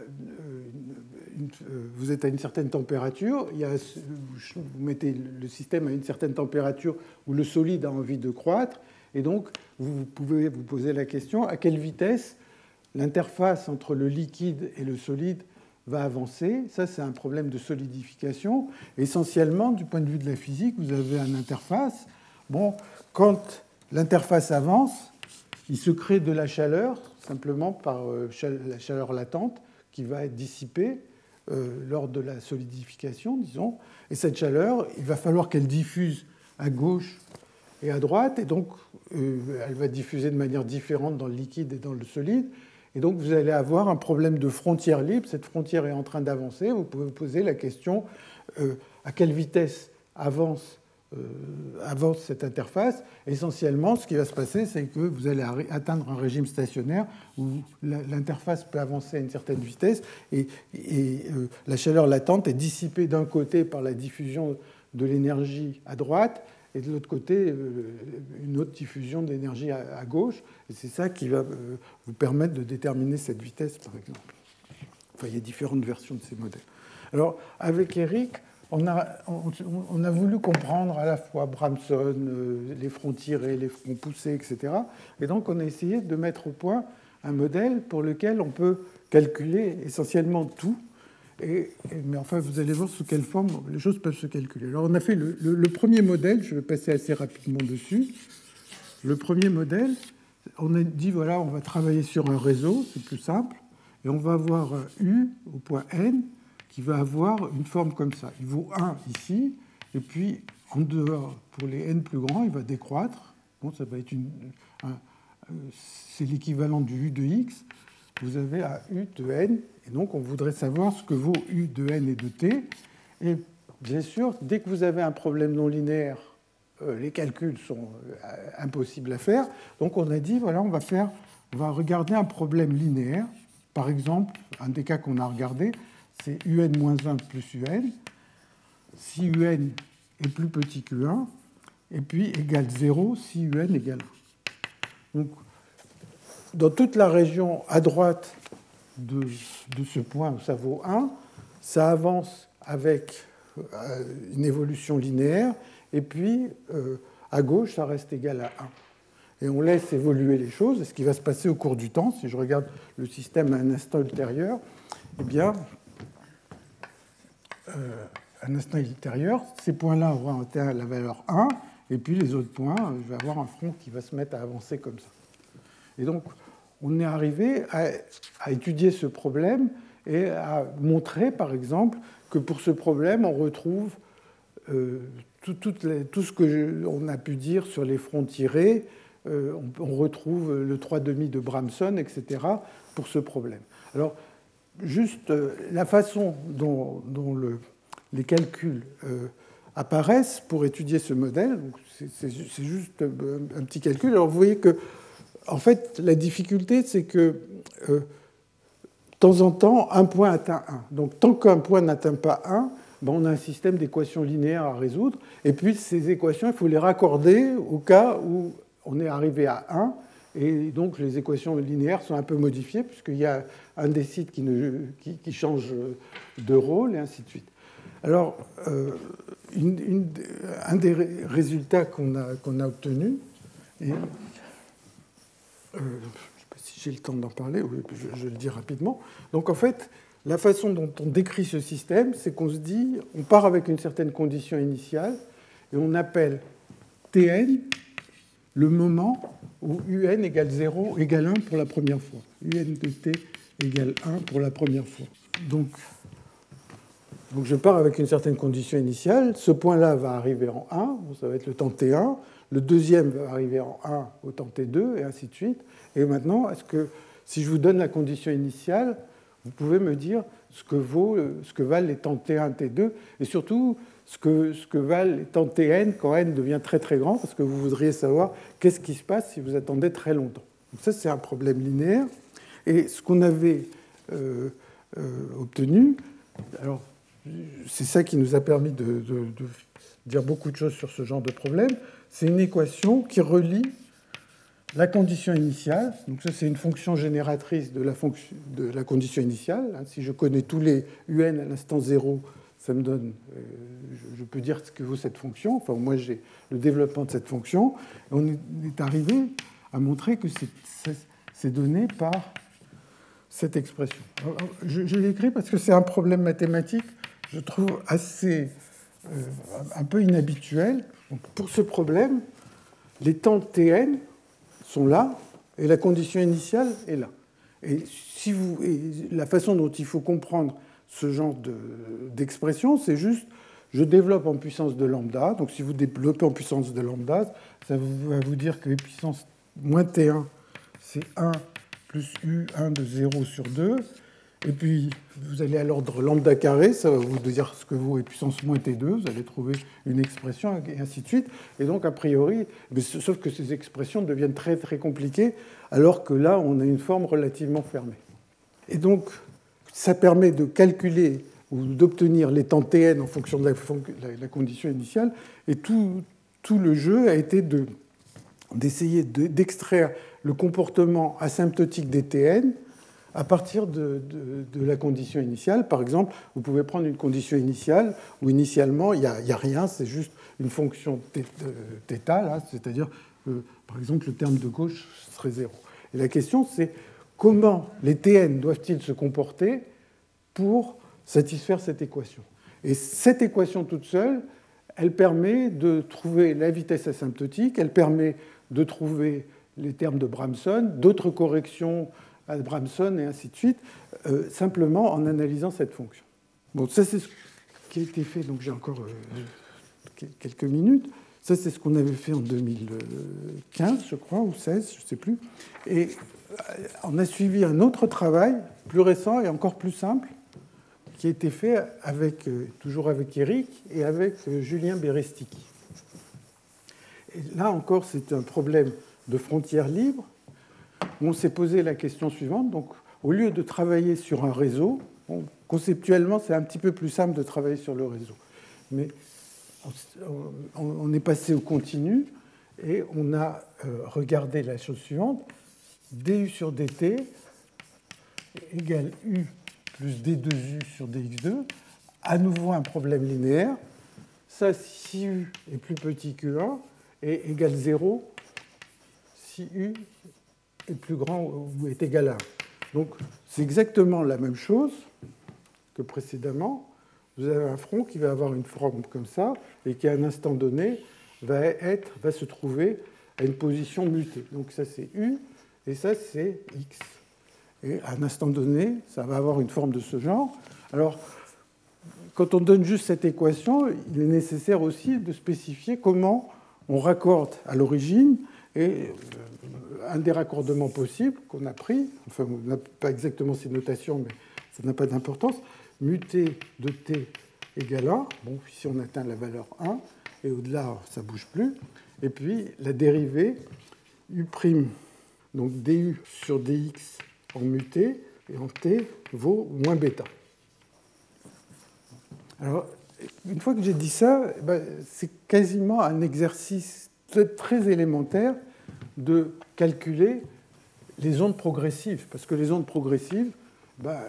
une, euh, vous êtes à une certaine température, il y a, vous mettez le système à une certaine température où le solide a envie de croître, et donc vous pouvez vous poser la question à quelle vitesse l'interface entre le liquide et le solide va avancer. Ça, c'est un problème de solidification. Essentiellement, du point de vue de la physique, vous avez une interface. Bon, quand l'interface avance, il se crée de la chaleur, simplement par la chaleur latente, qui va être dissipée euh, lors de la solidification, disons. Et cette chaleur, il va falloir qu'elle diffuse à gauche et à droite, et donc euh, elle va diffuser de manière différente dans le liquide et dans le solide. Et donc, vous allez avoir un problème de frontière libre. Cette frontière est en train d'avancer. Vous pouvez vous poser la question euh, à quelle vitesse avance, euh, avance cette interface. Essentiellement, ce qui va se passer, c'est que vous allez atteindre un régime stationnaire où l'interface peut avancer à une certaine vitesse et, et euh, la chaleur latente est dissipée d'un côté par la diffusion de l'énergie à droite et de l'autre côté, une autre diffusion d'énergie à gauche. Et c'est ça qui va vous permettre de déterminer cette vitesse, par exemple. Enfin, il y a différentes versions de ces modèles. Alors, avec Éric, on a, on, on a voulu comprendre à la fois Bramson, les fronts tirés, les fronts poussés, et cetera. Et donc, on a essayé de mettre au point un modèle pour lequel on peut calculer essentiellement tout. Et, mais enfin, vous allez voir sous quelle forme les choses peuvent se calculer. Alors, on a fait le, le, le premier modèle, je vais passer assez rapidement dessus. Le premier modèle, on a dit, voilà, on va travailler sur un réseau, c'est plus simple, et on va avoir U au point N qui va avoir une forme comme ça. Il vaut un ici, et puis en dehors, pour les n plus grands, il va décroître. Bon, ça va être une, un, c'est l'équivalent du U de x. Vous avez un U de n, et donc on voudrait savoir ce que vaut U de n et de t. Et bien sûr, dès que vous avez un problème non linéaire, euh, les calculs sont euh, impossibles à faire. Donc on a dit, voilà, on va faire, on va regarder un problème linéaire. Par exemple, un des cas qu'on a regardé, c'est U n moins un plus U n. Si U n est plus petit que un, et puis égale zéro si U n égale un. Donc, dans toute la région à droite de, de ce point où ça vaut un, ça avance avec euh, une évolution linéaire, et puis euh, à gauche, ça reste égal à un. Et on laisse évoluer les choses, et ce qui va se passer au cours du temps, si je regarde le système à un instant ultérieur, eh bien, euh, à un instant ultérieur, ces points-là auront atteint la valeur un, et puis les autres points, je vais avoir un front qui va se mettre à avancer comme ça. Et donc, on est arrivé à, à étudier ce problème et à montrer, par exemple, que pour ce problème, on retrouve euh, tout, tout, les, tout ce qu'on a pu dire sur les fronts tirés, euh, on, on retrouve le trois demi de Bramson, et cetera, pour ce problème. Alors, juste euh, la façon dont, dont le, les calculs euh, apparaissent pour étudier ce modèle, c'est juste un petit calcul. Alors, vous voyez que en fait, la difficulté, c'est que euh, de temps en temps, un point atteint un. Donc, tant qu'un point n'atteint pas un, ben, on a un système d'équations linéaires à résoudre. Et puis, ces équations, il faut les raccorder au cas où on est arrivé à un. Et donc, les équations linéaires sont un peu modifiées, puisqu'il y a un des sites qui, ne, qui, qui change de rôle, et ainsi de suite. Alors, euh, une, une, un des résultats qu'on a, qu'on a obtenus, et Euh, je ne sais pas si j'ai le temps d'en parler, oui, je, je le dis rapidement. Donc en fait, la façon dont on décrit ce système, c'est qu'on se dit, on part avec une certaine condition initiale, et on appelle Tn le moment où Un égale zéro égale un pour la première fois. Un de t égale un pour la première fois. Donc, donc je pars avec une certaine condition initiale, ce point-là va arriver en un, ça va être le temps T un, le deuxième va arriver en un au temps T deux, et ainsi de suite. Et maintenant, est-ce que, si je vous donne la condition initiale, vous pouvez me dire ce que, vaut, ce que valent les temps T un, T deux, et surtout ce que, ce que valent les temps Tn quand n devient très très grand, parce que vous voudriez savoir qu'est-ce qui se passe si vous attendez très longtemps. Donc ça, c'est un problème linéaire. Et ce qu'on avait euh, euh, obtenu, alors c'est ça qui nous a permis de, de, de dire beaucoup de choses sur ce genre de problème, c'est une équation qui relie la condition initiale. Donc ça, c'est une fonction génératrice de la, fonction, de la condition initiale. Si je connais tous les U n à l'instant zéro, ça me donne, euh, je peux dire ce que vaut cette fonction. Enfin, moi, j'ai le développement de cette fonction. Et on est arrivé à montrer que c'est donné par cette expression. Alors, je je l'ai écrit parce que c'est un problème mathématique, je trouve, assez euh, un peu inhabituel. Donc, pour ce problème, les temps Tn sont là et la condition initiale est là. Et, si vous, et la façon dont il faut comprendre ce genre d'expression, de, c'est juste, je développe en puissance de lambda. Donc si vous développez en puissance de lambda, ça va vous dire que les puissances moins T un, c'est un plus U un de zéro sur deux. Et puis, vous allez à l'ordre lambda carré, ça va vous dire ce que vaut les puissances moins T deux, vous allez trouver une expression, et ainsi de suite. Et donc, a priori, mais sauf que ces expressions deviennent très, très compliquées, alors que là, on a une forme relativement fermée. Et donc, ça permet de calculer ou d'obtenir les temps Tn en fonction de la, la, la condition initiale, et tout, tout le jeu a été de, d'essayer de, d'extraire le comportement asymptotique des Tn à partir de, de, de la condition initiale. Par exemple, vous pouvez prendre une condition initiale où initialement il n'y a, a rien, c'est juste une fonction θ, là, c'est-à-dire que, par exemple, le terme de gauche serait zéro. Et la question, c'est comment les Tn doivent-ils se comporter pour satisfaire cette équation. Et cette équation toute seule, elle permet de trouver la vitesse asymptotique, elle permet de trouver les termes de Bramson, d'autres corrections à Bramson, et ainsi de suite, euh, simplement en analysant cette fonction. Bon, ça, c'est ce qui a été fait, donc j'ai encore euh, quelques minutes. Ça, c'est ce qu'on avait fait en deux mille quinze, je crois, ou seize, je ne sais plus. Et on a suivi un autre travail, plus récent et encore plus simple, qui a été fait avec, toujours avec Eric et avec Julien Berestiki. Et là encore, c'est un problème de frontières libres. On s'est posé la question suivante. Donc, au lieu de travailler sur un réseau, bon, conceptuellement, c'est un petit peu plus simple de travailler sur le réseau. Mais on est passé au continu et on a regardé la chose suivante. du sur dt égale u plus d deux u sur dx deux. À nouveau un problème linéaire. Ça, si u est plus petit que un, est égal zéro si u est plus grand ou est égal à un. Donc, c'est exactement la même chose que précédemment. Vous avez un front qui va avoir une forme comme ça et qui, à un instant donné, va, être, va se trouver à une position mutée. Donc, ça, c'est u et ça, c'est x. Et à un instant donné, ça va avoir une forme de ce genre. Alors, quand on donne juste cette équation, il est nécessaire aussi de spécifier comment on raccorde à l'origine. Et un des raccordements possibles qu'on a pris, enfin, on n'a pas exactement ces notations, mais ça n'a pas d'importance, muté de t égale un. Bon, ici, on atteint la valeur un, et au-delà, ça ne bouge plus. Et puis, la dérivée u', donc du sur dx en muté, et en t vaut moins bêta. Alors, une fois que j'ai dit ça, ben, c'est quasiment un exercice très élémentaire de calculer les ondes progressives. Parce que les ondes progressives, ben,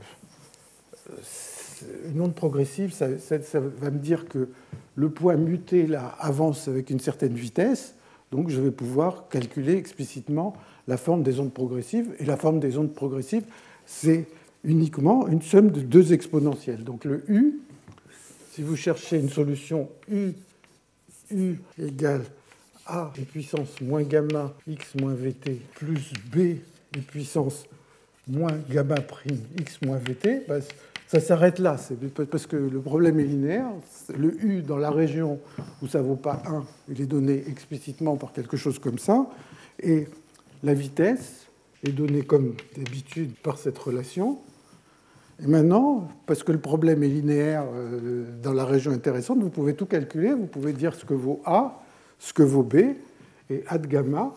une onde progressive, ça, ça, ça va me dire que le point muté là, avance avec une certaine vitesse, donc je vais pouvoir calculer explicitement la forme des ondes progressives. Et la forme des ondes progressives, c'est uniquement une somme de deux exponentielles. Donc le u, si vous cherchez une solution u, u égale a et puissance moins gamma x moins vt plus b et puissance moins gamma prime x moins vt, ben ça s'arrête là. C'est parce que le problème est linéaire. Le u dans la région où ça ne vaut pas un, il est donné explicitement par quelque chose comme ça. Et la vitesse est donnée comme d'habitude par cette relation. Et maintenant, parce que le problème est linéaire dans la région intéressante, vous pouvez tout calculer. Vous pouvez dire ce que vaut A, ce que vaut B. Et A de gamma,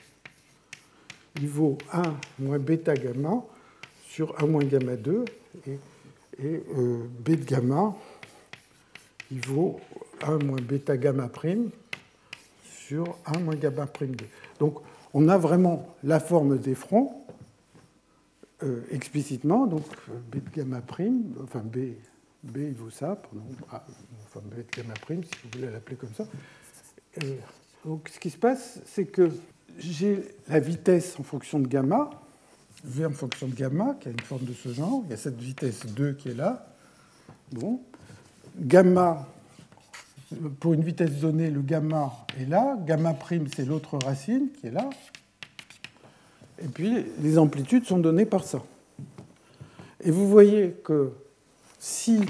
il vaut un moins bêta gamma sur un moins gamma deux. Et, et euh, B de gamma, il vaut un moins bêta gamma prime sur un moins gamma prime deux. Donc, on a vraiment la forme des fronts. Euh, explicitement, donc B de gamma prime, enfin B, B il vaut ça, pardon, ah, enfin B de gamma prime, si vous voulez l'appeler comme ça. Et donc ce qui se passe, c'est que j'ai la vitesse en fonction de gamma, V en fonction de gamma, qui a une forme de ce genre, il y a cette vitesse deux qui est là. Bon. Gamma, pour une vitesse donnée, le gamma est là, gamma prime, c'est l'autre racine qui est là. Et puis, les amplitudes sont données par ça. Et vous voyez que si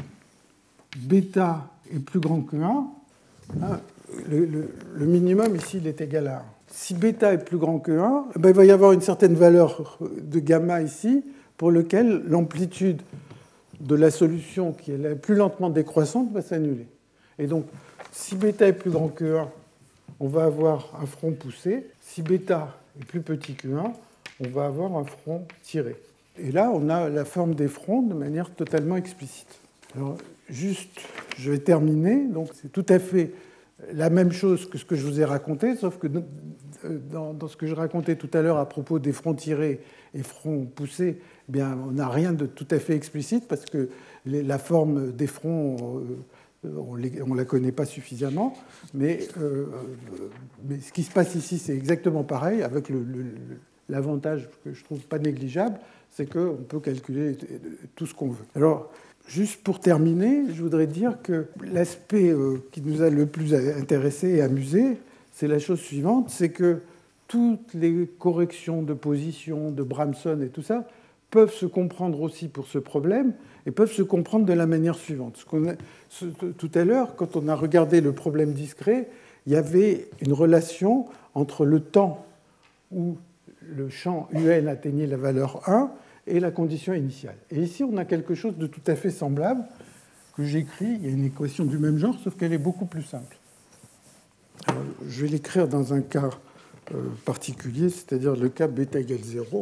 bêta est plus grand que un, hein, le, le, le minimum ici, il est égal à un. Si bêta est plus grand que un, eh ben, il va y avoir une certaine valeur de gamma ici, pour laquelle l'amplitude de la solution qui est la plus lentement décroissante va s'annuler. Et donc, si bêta est plus grand que un, on va avoir un front poussé. Si bêta est plus petit que un, on va avoir un front tiré. Et là, on a la forme des fronts de manière totalement explicite. Alors, juste, je vais terminer. Donc, c'est tout à fait la même chose que ce que je vous ai raconté, sauf que dans, dans ce que je racontais tout à l'heure à propos des fronts tirés et fronts poussés, eh bien, on n'a rien de tout à fait explicite parce que les, la forme des fronts, euh, on ne la connaît pas suffisamment. Mais, euh, mais ce qui se passe ici, c'est exactement pareil avec le, le l'avantage que je trouve pas négligeable, c'est qu'on peut calculer tout ce qu'on veut. Alors, juste pour terminer, je voudrais dire que l'aspect qui nous a le plus intéressé et amusé, c'est la chose suivante, c'est que toutes les corrections de position, de Bramson et tout ça, peuvent se comprendre aussi pour ce problème et peuvent se comprendre de la manière suivante. Ce qu'on a, ce, tout à l'heure, quand on a regardé le problème discret, il y avait une relation entre le temps où le champ U N atteignait la valeur un et la condition initiale. Et ici, on a quelque chose de tout à fait semblable que j'écris. Il y a une équation du même genre, sauf qu'elle est beaucoup plus simple. Alors, je vais l'écrire dans un cas euh, particulier, c'est-à-dire le cas bêta égale zéro.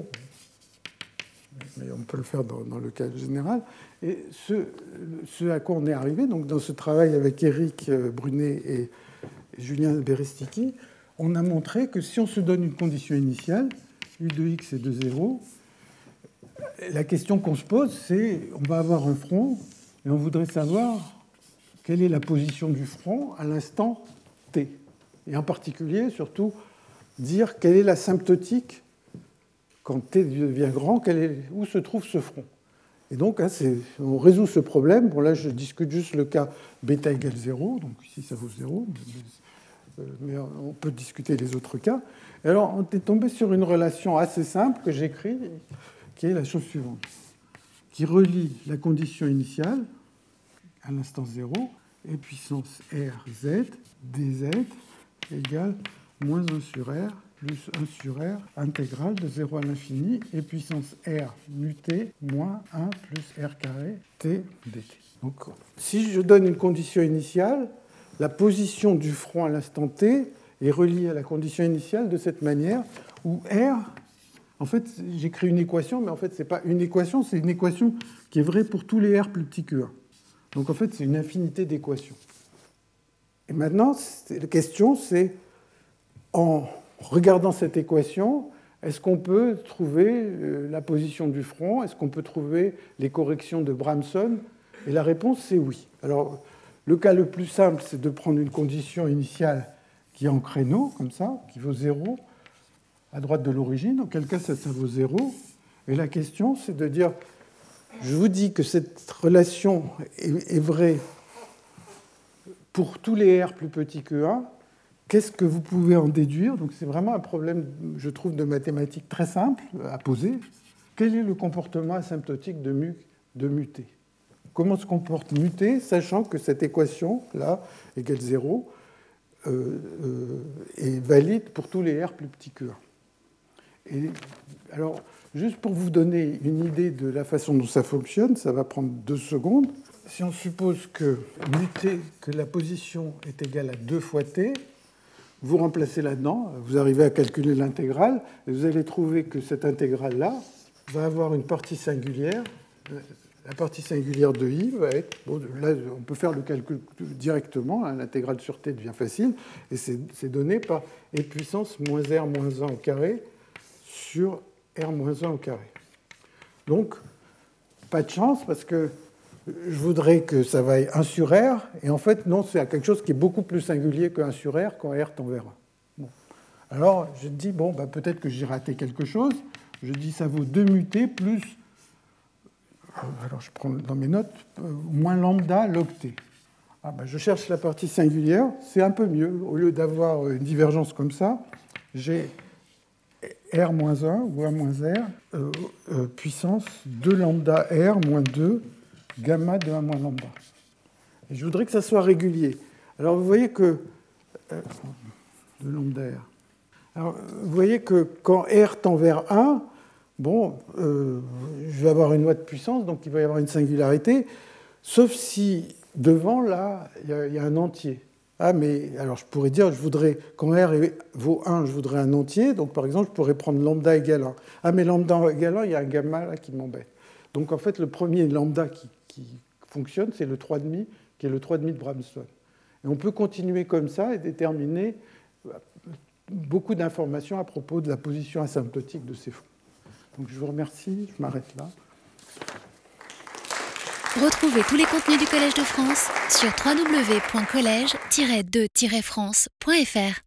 Mais on peut le faire dans, dans le cas général. Et ce, ce à quoi on est arrivé, donc dans ce travail avec Éric Brunet et Julien Berestiki, on a montré que si on se donne une condition initiale, U de x est de zéro, la question qu'on se pose, c'est on va avoir un front et on voudrait savoir quelle est la position du front à l'instant t. Et en particulier, surtout, dire quelle est l'asymptotique quand t devient grand, quel est, où se trouve ce front. Et donc, hein, on résout ce problème. Bon, là, je discute juste le cas bêta égale zéro, donc ici, ça vaut zéro, mais, mais on peut discuter les autres cas. Et alors, on est tombé sur une relation assez simple que j'écris, qui est la chose suivante, qui relie la condition initiale à l'instant zéro et puissance R Z dz égale moins un sur R plus un sur R intégrale de zéro à l'infini et puissance R mu t moins un plus R carré t dt. Donc, si je donne une condition initiale, la position du front à l'instant t est reliée à la condition initiale de cette manière où R, en fait, j'écris une équation, mais en fait, ce n'est pas une équation, c'est une équation qui est vraie pour tous les R plus petits que un. Donc, en fait, c'est une infinité d'équations. Et maintenant, la question, c'est en regardant cette équation, est-ce qu'on peut trouver la position du front? Est-ce qu'on peut trouver les corrections de Bramson? Et la réponse, c'est oui. Alors, le cas le plus simple, c'est de prendre une condition initiale qui est en créneau, comme ça, qui vaut zéro, à droite de l'origine, auquel cas ça, ça vaut zéro. Et la question, c'est de dire, je vous dis que cette relation est, est vraie pour tous les R plus petits que un, qu'est-ce que vous pouvez en déduire? Donc c'est vraiment un problème, je trouve, de mathématiques très simple à poser. Quel est le comportement asymptotique de mu, de mu t? Comment se comporte mu t, sachant que cette équation, là, égale zéro, euh, euh, est valide pour tous les R plus petits que un. Et alors, juste pour vous donner une idée de la façon dont ça fonctionne, ça va prendre deux secondes. Si on suppose que mu t, que la position est égale à deux fois t, vous remplacez là-dedans, vous arrivez à calculer l'intégrale, et vous allez trouver que cette intégrale-là va avoir une partie singulière. La partie singulière de i va être... Bon, là, on peut faire le calcul directement, hein, l'intégrale sur t devient facile, et c'est donné par e puissance moins r moins un au carré sur r moins un au carré. Donc, pas de chance, parce que je voudrais que ça vaille un sur R, et en fait, non, c'est quelque chose qui est beaucoup plus singulier que un sur R quand R tend vers un. Bon. Alors, je dis, bon, bah, peut-être que j'ai raté quelque chose. Je dis, ça vaut deux mu t plus, alors je prends dans mes notes, moins lambda log t. Ah, bah, je cherche la partie singulière, c'est un peu mieux. Au lieu d'avoir une divergence comme ça, j'ai R moins un, ou un moins R, euh, euh, puissance deux lambda R moins deux, gamma de un moins lambda. Et je voudrais que ça soit régulier. Alors vous voyez que... Euh, de lambda R. Alors vous voyez que quand R tend vers un, bon, euh, je vais avoir une loi de puissance, donc il va y avoir une singularité, sauf si devant, là, il y, y a un entier. Ah, mais alors je pourrais dire, je voudrais, quand R vaut un, je voudrais un entier, donc par exemple, je pourrais prendre lambda égale un. Ah, mais lambda égale un, il y a un gamma là qui m'embête. Donc en fait, le premier lambda qui, qui fonctionne, c'est le trois virgule cinq, qui est le trois virgule cinq de Bramson. Et on peut continuer comme ça et déterminer beaucoup d'informations à propos de la position asymptotique de ces fonds. Donc je vous remercie, je m'arrête là. Retrouvez tous les contenus du Collège de France sur w w w point collège tiret de tiret france point f r.